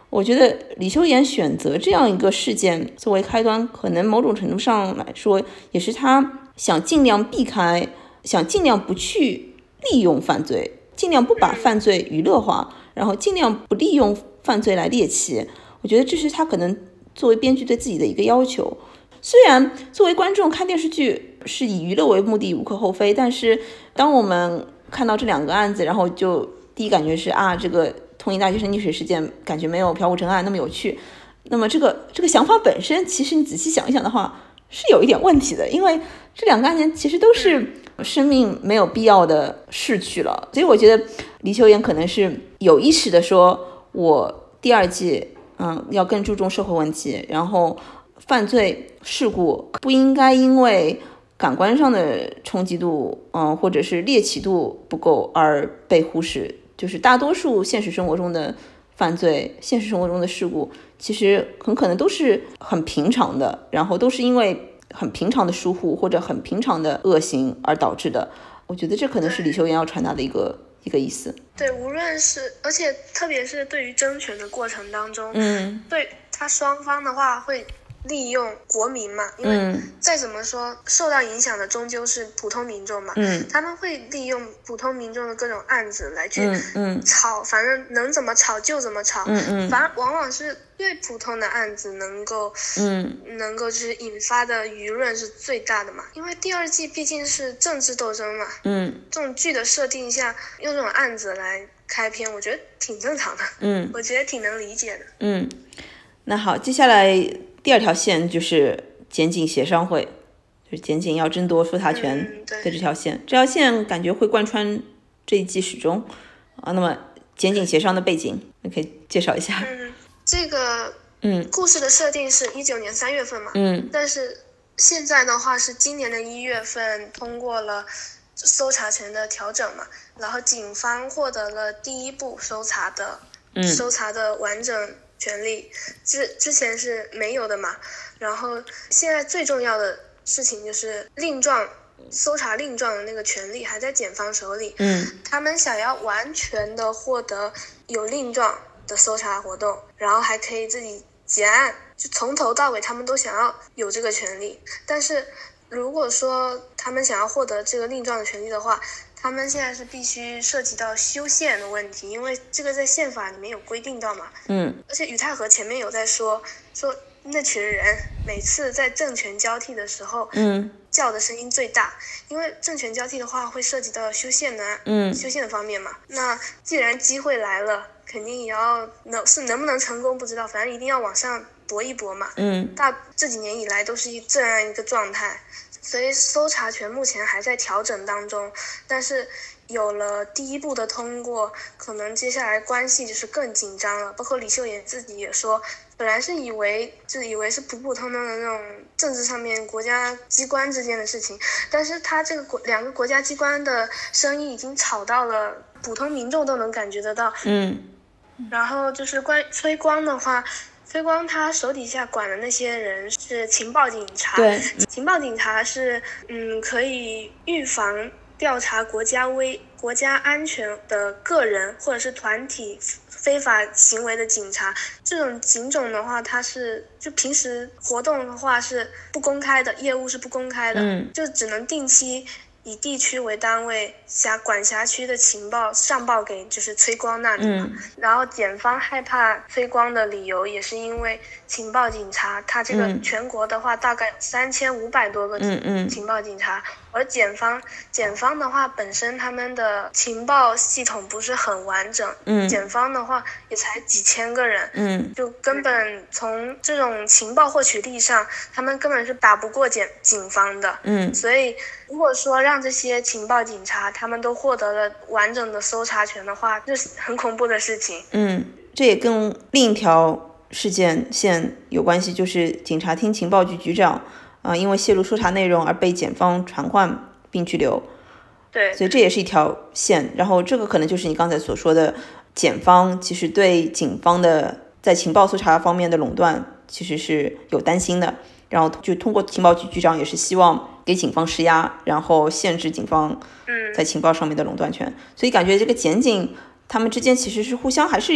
我觉得李秀妍选择这样一个事件作为开端，可能某种程度上来说也是他想尽量避开，想尽量不去利用犯罪，尽量不把犯罪娱乐化，然后尽量不利用犯罪来猎奇。我觉得这是他可能作为编剧对自己的一个要求。虽然作为观众看电视剧是以娱乐为目的无可厚非，但是当我们看到这2个案子，然后就第一感觉是这个通银大学生溺水事件感觉没有朴武成案那么有趣。那么这个想法本身，其实你仔细想一想的话是有一点问题的，因为这2个案件其实都是生命没有必要的逝去了。所以我觉得李秀妍可能是有意识的说，我第2季要更注重社会问题，然后犯罪事故不应该因为感官上的冲击度或者是猎奇度不够而被忽视。就是大多数现实生活中的犯罪，现实生活中的事故其实很可能都是很平常的，然后都是因为很平常的疏忽或者很平常的恶行而导致的。我觉得这可能是李秀妍要传达的一个意思。 对，无论是而且特别是对于争权的过程当中，对他双方的话会利用国民嘛，因为再怎么说受到影响的终究是普通民众嘛，他们会利用普通民众的各种案子来去炒，反正能怎么炒就怎么炒，反而往往是最普通的案子能够就是引发的舆论是最大的嘛，因为第2季毕竟是政治斗争嘛，这种剧的设定下用这种案子来开篇，我觉得挺正常的，我觉得挺能理解的。 那好，接下来第2条线就是检警协商会，就是检警要争夺搜查权的这条线，这条线感觉会贯穿这一季始终那么检警协商的背景你可以介绍一下。 这个故事的设定是19年3月份嘛，但是现在的话是今年的1月份通过了搜查权的调整嘛，然后警方获得了第1步搜查的完整权利，之前是没有的嘛。然后现在最重要的事情就是搜查令状的那个权利还在检方手里，他们想要完全的获得有令状的搜查活动，然后还可以自己结案，就从头到尾他们都想要有这个权利。但是如果说他们想要获得这个令状的权利的话，他们现在是必须涉及到修宪的问题，因为这个在宪法里面有规定到嘛。而且宇太和前面有在说那群人每次在政权交替的时候，叫的声音最大，因为政权交替的话会涉及到修宪的方面嘛。那既然机会来了，肯定也要能不能成功不知道，反正一定要往上搏一搏嘛。这几年以来都是这样一个状态。所以搜查权目前还在调整当中，但是有了第1步的通过，可能接下来关系就是更紧张了。包括李秀妍自己也说，本来是以为是普普通通的那种政治上面国家机关之间的事情，但是他这个2个国家机关的声音已经吵到了普通民众都能感觉得到。然后就是关于崔光的话，崔光他手底下管的那些人是情报警察， 对， 情报警察是可以预防调查国家安全的个人或者是团体非法行为的警察。这种警种的话，它是就平时活动的话是不公开的，业务是不公开的，就只能定期以地区为单位管辖区的情报上报给就是崔光那里嘛。然后检方害怕崔光的理由也是因为情报警察他这个全国的话大概有3500多个情报警察，而检方的话本身他们的情报系统不是很完整，检方的话也才几千个人，就根本从这种情报获取力上他们根本是打不过警方的。所以如果说让这些情报警察他们都获得了完整的搜查权的话，这是很恐怖的事情。 这也跟另一条事件线有关系，就是警察厅情报局局长因为泄露搜查内容而被检方传唤并拘留。 对， 所以这也是一条线。然后这个可能就是你刚才所说的，检方其实对警方的在情报搜查方面的垄断其实是有担心的，然后就通过情报局局长也是希望给警方施压，然后限制警方在情报上面的垄断权。所以感觉这个检警他们之间其实是互相还是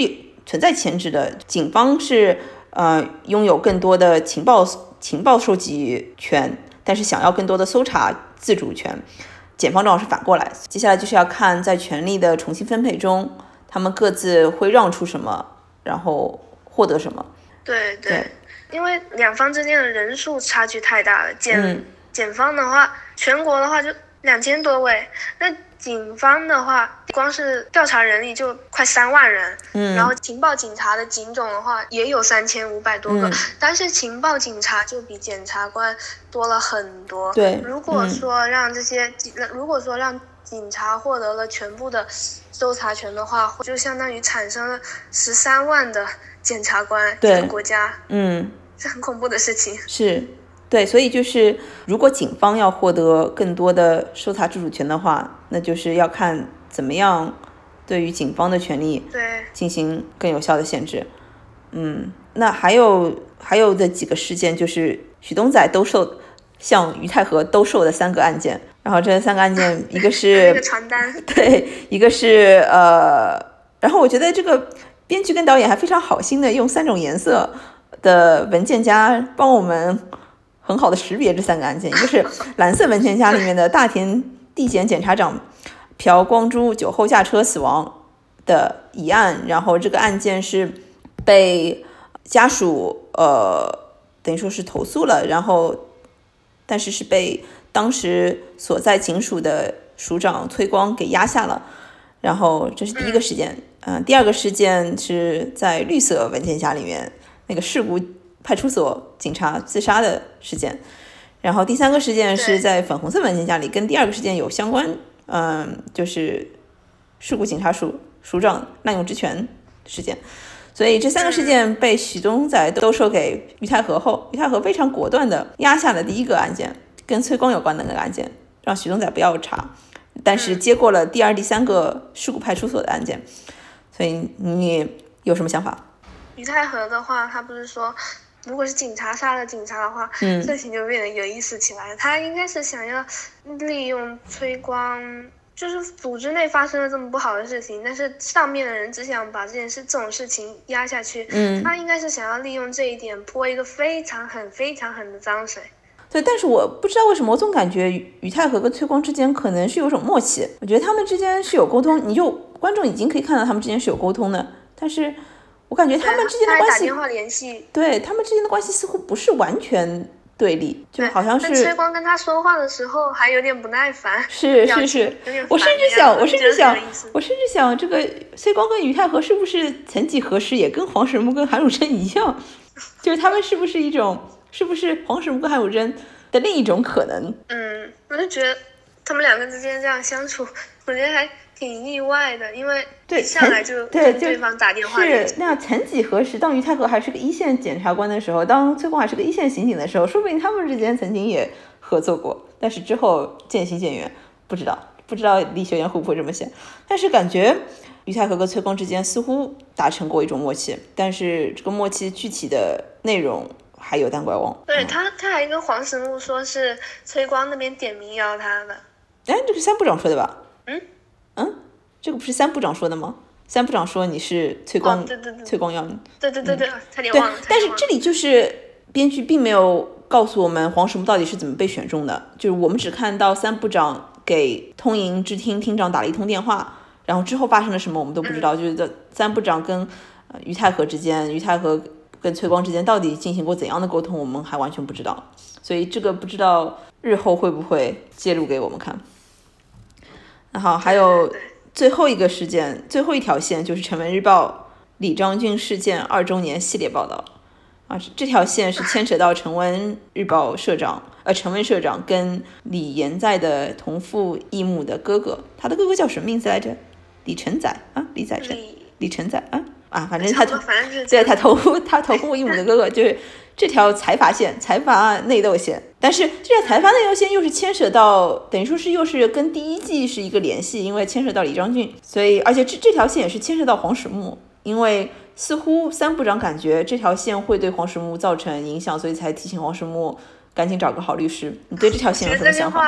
存在牵制的，警方是拥有更多的情报收集权，但是想要更多的搜查自主权。检方正好是反过来，接下来就是要看在权力的重新分配中，他们各自会让出什么，然后获得什么。 对，因为两方之间的人数差距太大了。检方的话，全国的话就2000多位，那警方的话，光是调查人力就快3万人，然后情报警察的警种的话也有3500多个，但是情报警察就比检察官多了很多。 对， 如果说让警察获得了全部的搜查权的话，就相当于产生了13万的检察官，这个国家，是很恐怖的事情。 是。对，所以就是如果警方要获得更多的搜查自主权的话，那就是要看怎么样对于警方的权利进行更有效的限制。那还有的几个事件就是许东仔向于太和兜售的3个案件，然后这3个案件一个是那个传单， 对，一个是然后我觉得这个编剧跟导演还非常好心的用3种颜色的文件夹帮我们很好的识别这3个案件，一个是蓝色文件夹里面的大田地检检察长朴光洙酒后驾车死亡的疑案，然后这个案件是被家属等于说是投诉了，然后但是被当时所在警署的署长崔光给压下了，然后这是第一个事件。第二个事件是在绿色文件夹里面那个事故派出所警察自杀的事件，然后第3个事件是在粉红色文件夹里，跟第2个事件有相关，就是事故警察署长滥用职权事件。所以这3个事件被许东仔兜售给于太和后，于太和非常果断的压下了第1个案件，跟崔光有关的那个案件，让许东仔不要查，但是接过了第2、第3个事故派出所的案件。所以你有什么想法？ 于太和的话，他不是说如果是警察杀了警察的话，事情就变得有意思起来了。他应该是想要利用崔光，就是组织内发生了这么不好的事情，但是上面的人只想把这种事情压下去。他应该是想要利用这一点泼一个非常狠的脏水。 对，但是我不知道为什么，我总感觉于太和跟崔光之间可能是有种默契，我觉得他们之间是有沟通，你就观众已经可以看到他们之间是有沟通的，但是我感觉他们之间的关系， 他还打电话联系， 对，他们之间的关系似乎不是完全对立，就好像是。 但崔光跟他说话的时候还有点不耐烦。 是，我甚至想，这个崔光跟于太和是不是曾几何时也跟黄始木跟韩汝珍一样，就是他们是不是黄始木跟韩汝珍的另一种可能？ 我就觉得他们2个之间这样相处，我觉得还挺意外的，因为一上来就跟对方打电话。 是，那曾几何时，当于太和还是个1线检察官的时候，当崔光还是个1线刑警的时候，说不定他们之间曾经也合作过，但是之后渐行渐远，不知道李秀妍会不会这么想。但是感觉于太和跟崔光之间似乎达成过一种默契，但是这个默契具体的内容还有待观望。 对，他还跟黄始木说是崔光那边点名要他的。 这是3部长说的吧？这个不是3部长说的吗？3部长说你是崔光，崔光要你。 对，差点忘了。 但是这里就是编剧并没有告诉我们黄始木到底是怎么被选中的，就是我们只看到3部长给通营支厅厅长打了一通电话，然后之后发生了什么我们都不知道，就是3部长跟于太和之间，于太和跟崔光之间到底进行过怎样的沟通，我们还完全不知道，所以这个不知道日后会不会揭露给我们看。然后还有最后一个事件，最后一条线就是成文日报李章俊事件2周年系列报道这条线是牵扯到成文日报社长跟李延在的同父异母的哥哥，他的哥哥叫什么名字来着？李承载李承载反正他同父异母的哥哥，就是这条财阀内斗线。但是这条财阀内斗线又是牵扯到，等于说是又是跟第1季是一个联系，因为牵扯到李章俊，所以而且这条线也是牵扯到黄始木，因为似乎3部长感觉这条线会对黄始木造成影响，所以才提醒黄始木赶紧找个好律师。你对这条线有什么想法？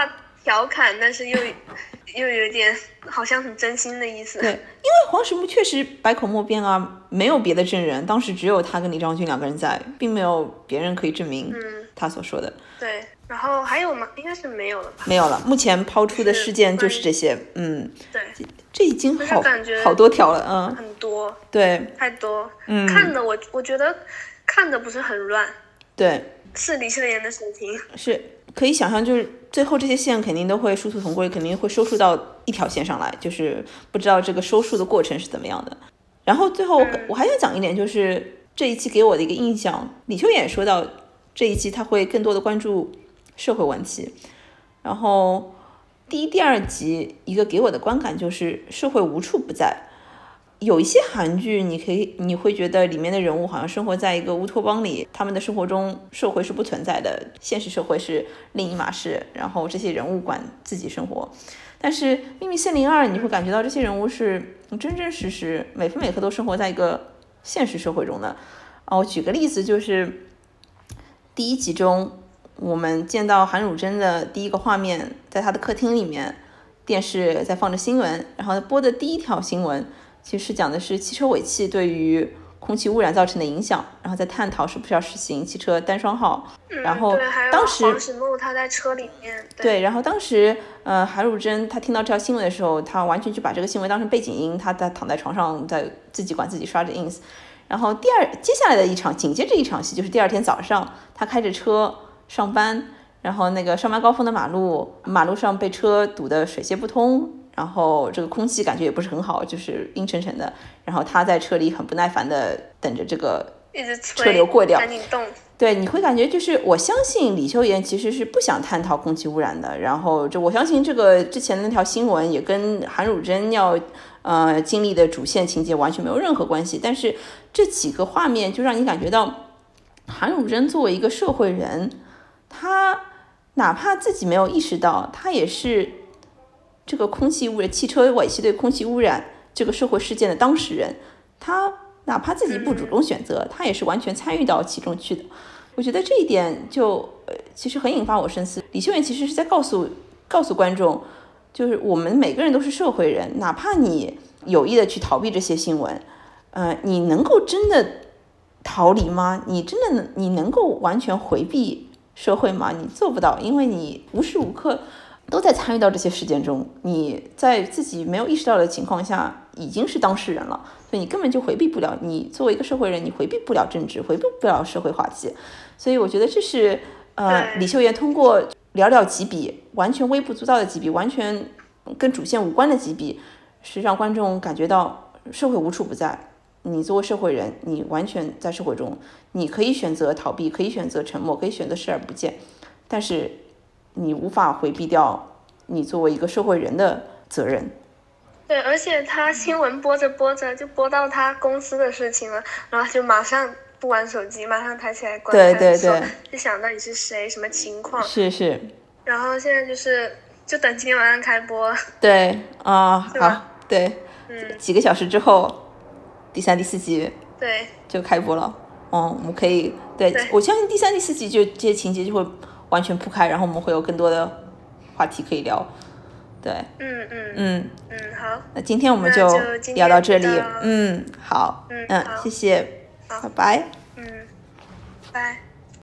调侃，但是又有点好像很真心的意思。 对，因为黄石木确实百口莫辩啊，没有别的证人，当时只有他跟李章君2个人在，并没有别人可以证明他所说的。 对，然后还有吗？应该是没有了吧？ 没有了，目前抛出的事件就是这些。 对， 这已经好多条了。 很多， 对， 太多。看的我觉得看的不是很乱。 对， 是李秀妍的水平， 是可以想象，就是最后这些线肯定都会殊途同归，肯定会收束到一条线上来，就是不知道这个收束的过程是怎么样的。然后最后我还想讲一点，就是这一期给我的一个印象，李秀妍说到这一期他会更多的关注社会问题，然后第1、第2集一个给我的观感就是社会无处不在。有一些韩剧你会觉得里面的人物好像生活在一个乌托邦里，他们的生活中社会是不存在的，现实社会是另一码事，然后这些人物管自己生活。但是秘密森林2你会感觉到这些人物是真真实实每分每刻都生活在一个现实社会中的。我举个例子，就是第1集中我们见到韩汝珍的第一个画面，在他的客厅里面，电视在放着新闻，然后播的第1条新闻其实讲的是汽车尾气对于空气污染造成的影响，然后在探讨是不是要实行汽车单双号。然后当时黄石木他在车里面， 对，然后当时韩汝珍他听到这条新闻的时候，他完全就把这个新闻当成背景音，他躺在床上在自己管自己刷着 ins。然后接下来的紧接着一场戏就是第2天早上，他开着车上班，然后那个上班高峰的马路上被车堵得水泄不通，然后这个空气感觉也不是很好，就是阴沉沉的，然后他在车里很不耐烦的等着这个车流过掉， 赶紧动。 对，你会感觉就是我相信李秀妍其实是不想探讨空气污染的，然后我相信这个之前的那条新闻也跟韩汝珍要经历的主线情节完全没有任何关系，但是这几个画面就让你感觉到韩汝珍作为一个社会人，他哪怕自己没有意识到，他也是这个空气污染、汽车尾气对空气污染这个社会事件的当事人，他哪怕自己不主动选择，他也是完全参与到其中去的。我觉得这一点就其实很引发我深思。李秀妍其实是在告诉观众，就是我们每个人都是社会人，哪怕你有意的去逃避这些新闻，你能够真的逃离吗？你能够完全回避社会吗？你做不到，因为你无时无刻都在参与到这些事件中，你在自己没有意识到的情况下已经是当事人了，所以你根本就回避不了。你作为一个社会人，你回避不了政治，回避不了社会话题。所以我觉得这是李秀妍通过寥寥几笔，完全微不足道的几笔，完全跟主线无关的几笔，是让观众感觉到社会无处不在。你作为社会人，你完全在社会中，你可以选择逃避，可以选择沉默，可以选择视而不见，但是你无法回避掉你作为一个社会人的责任。 对，而且他新闻播着播着就播到他公司的事情了，然后就马上不玩手机，马上抬起来观看， 对， 就想到底是谁，什么情况。 是。 然后现在就等今天晚上开播。 对好，对，几个小时之后，第3、第4集对就开播了。我们可以对我相信第3、第4集就这些情节就会完全铺开，然后我们会有更多的话题可以聊。对， 好， 那今天我们就聊到这里。好，谢谢，拜拜。 拜。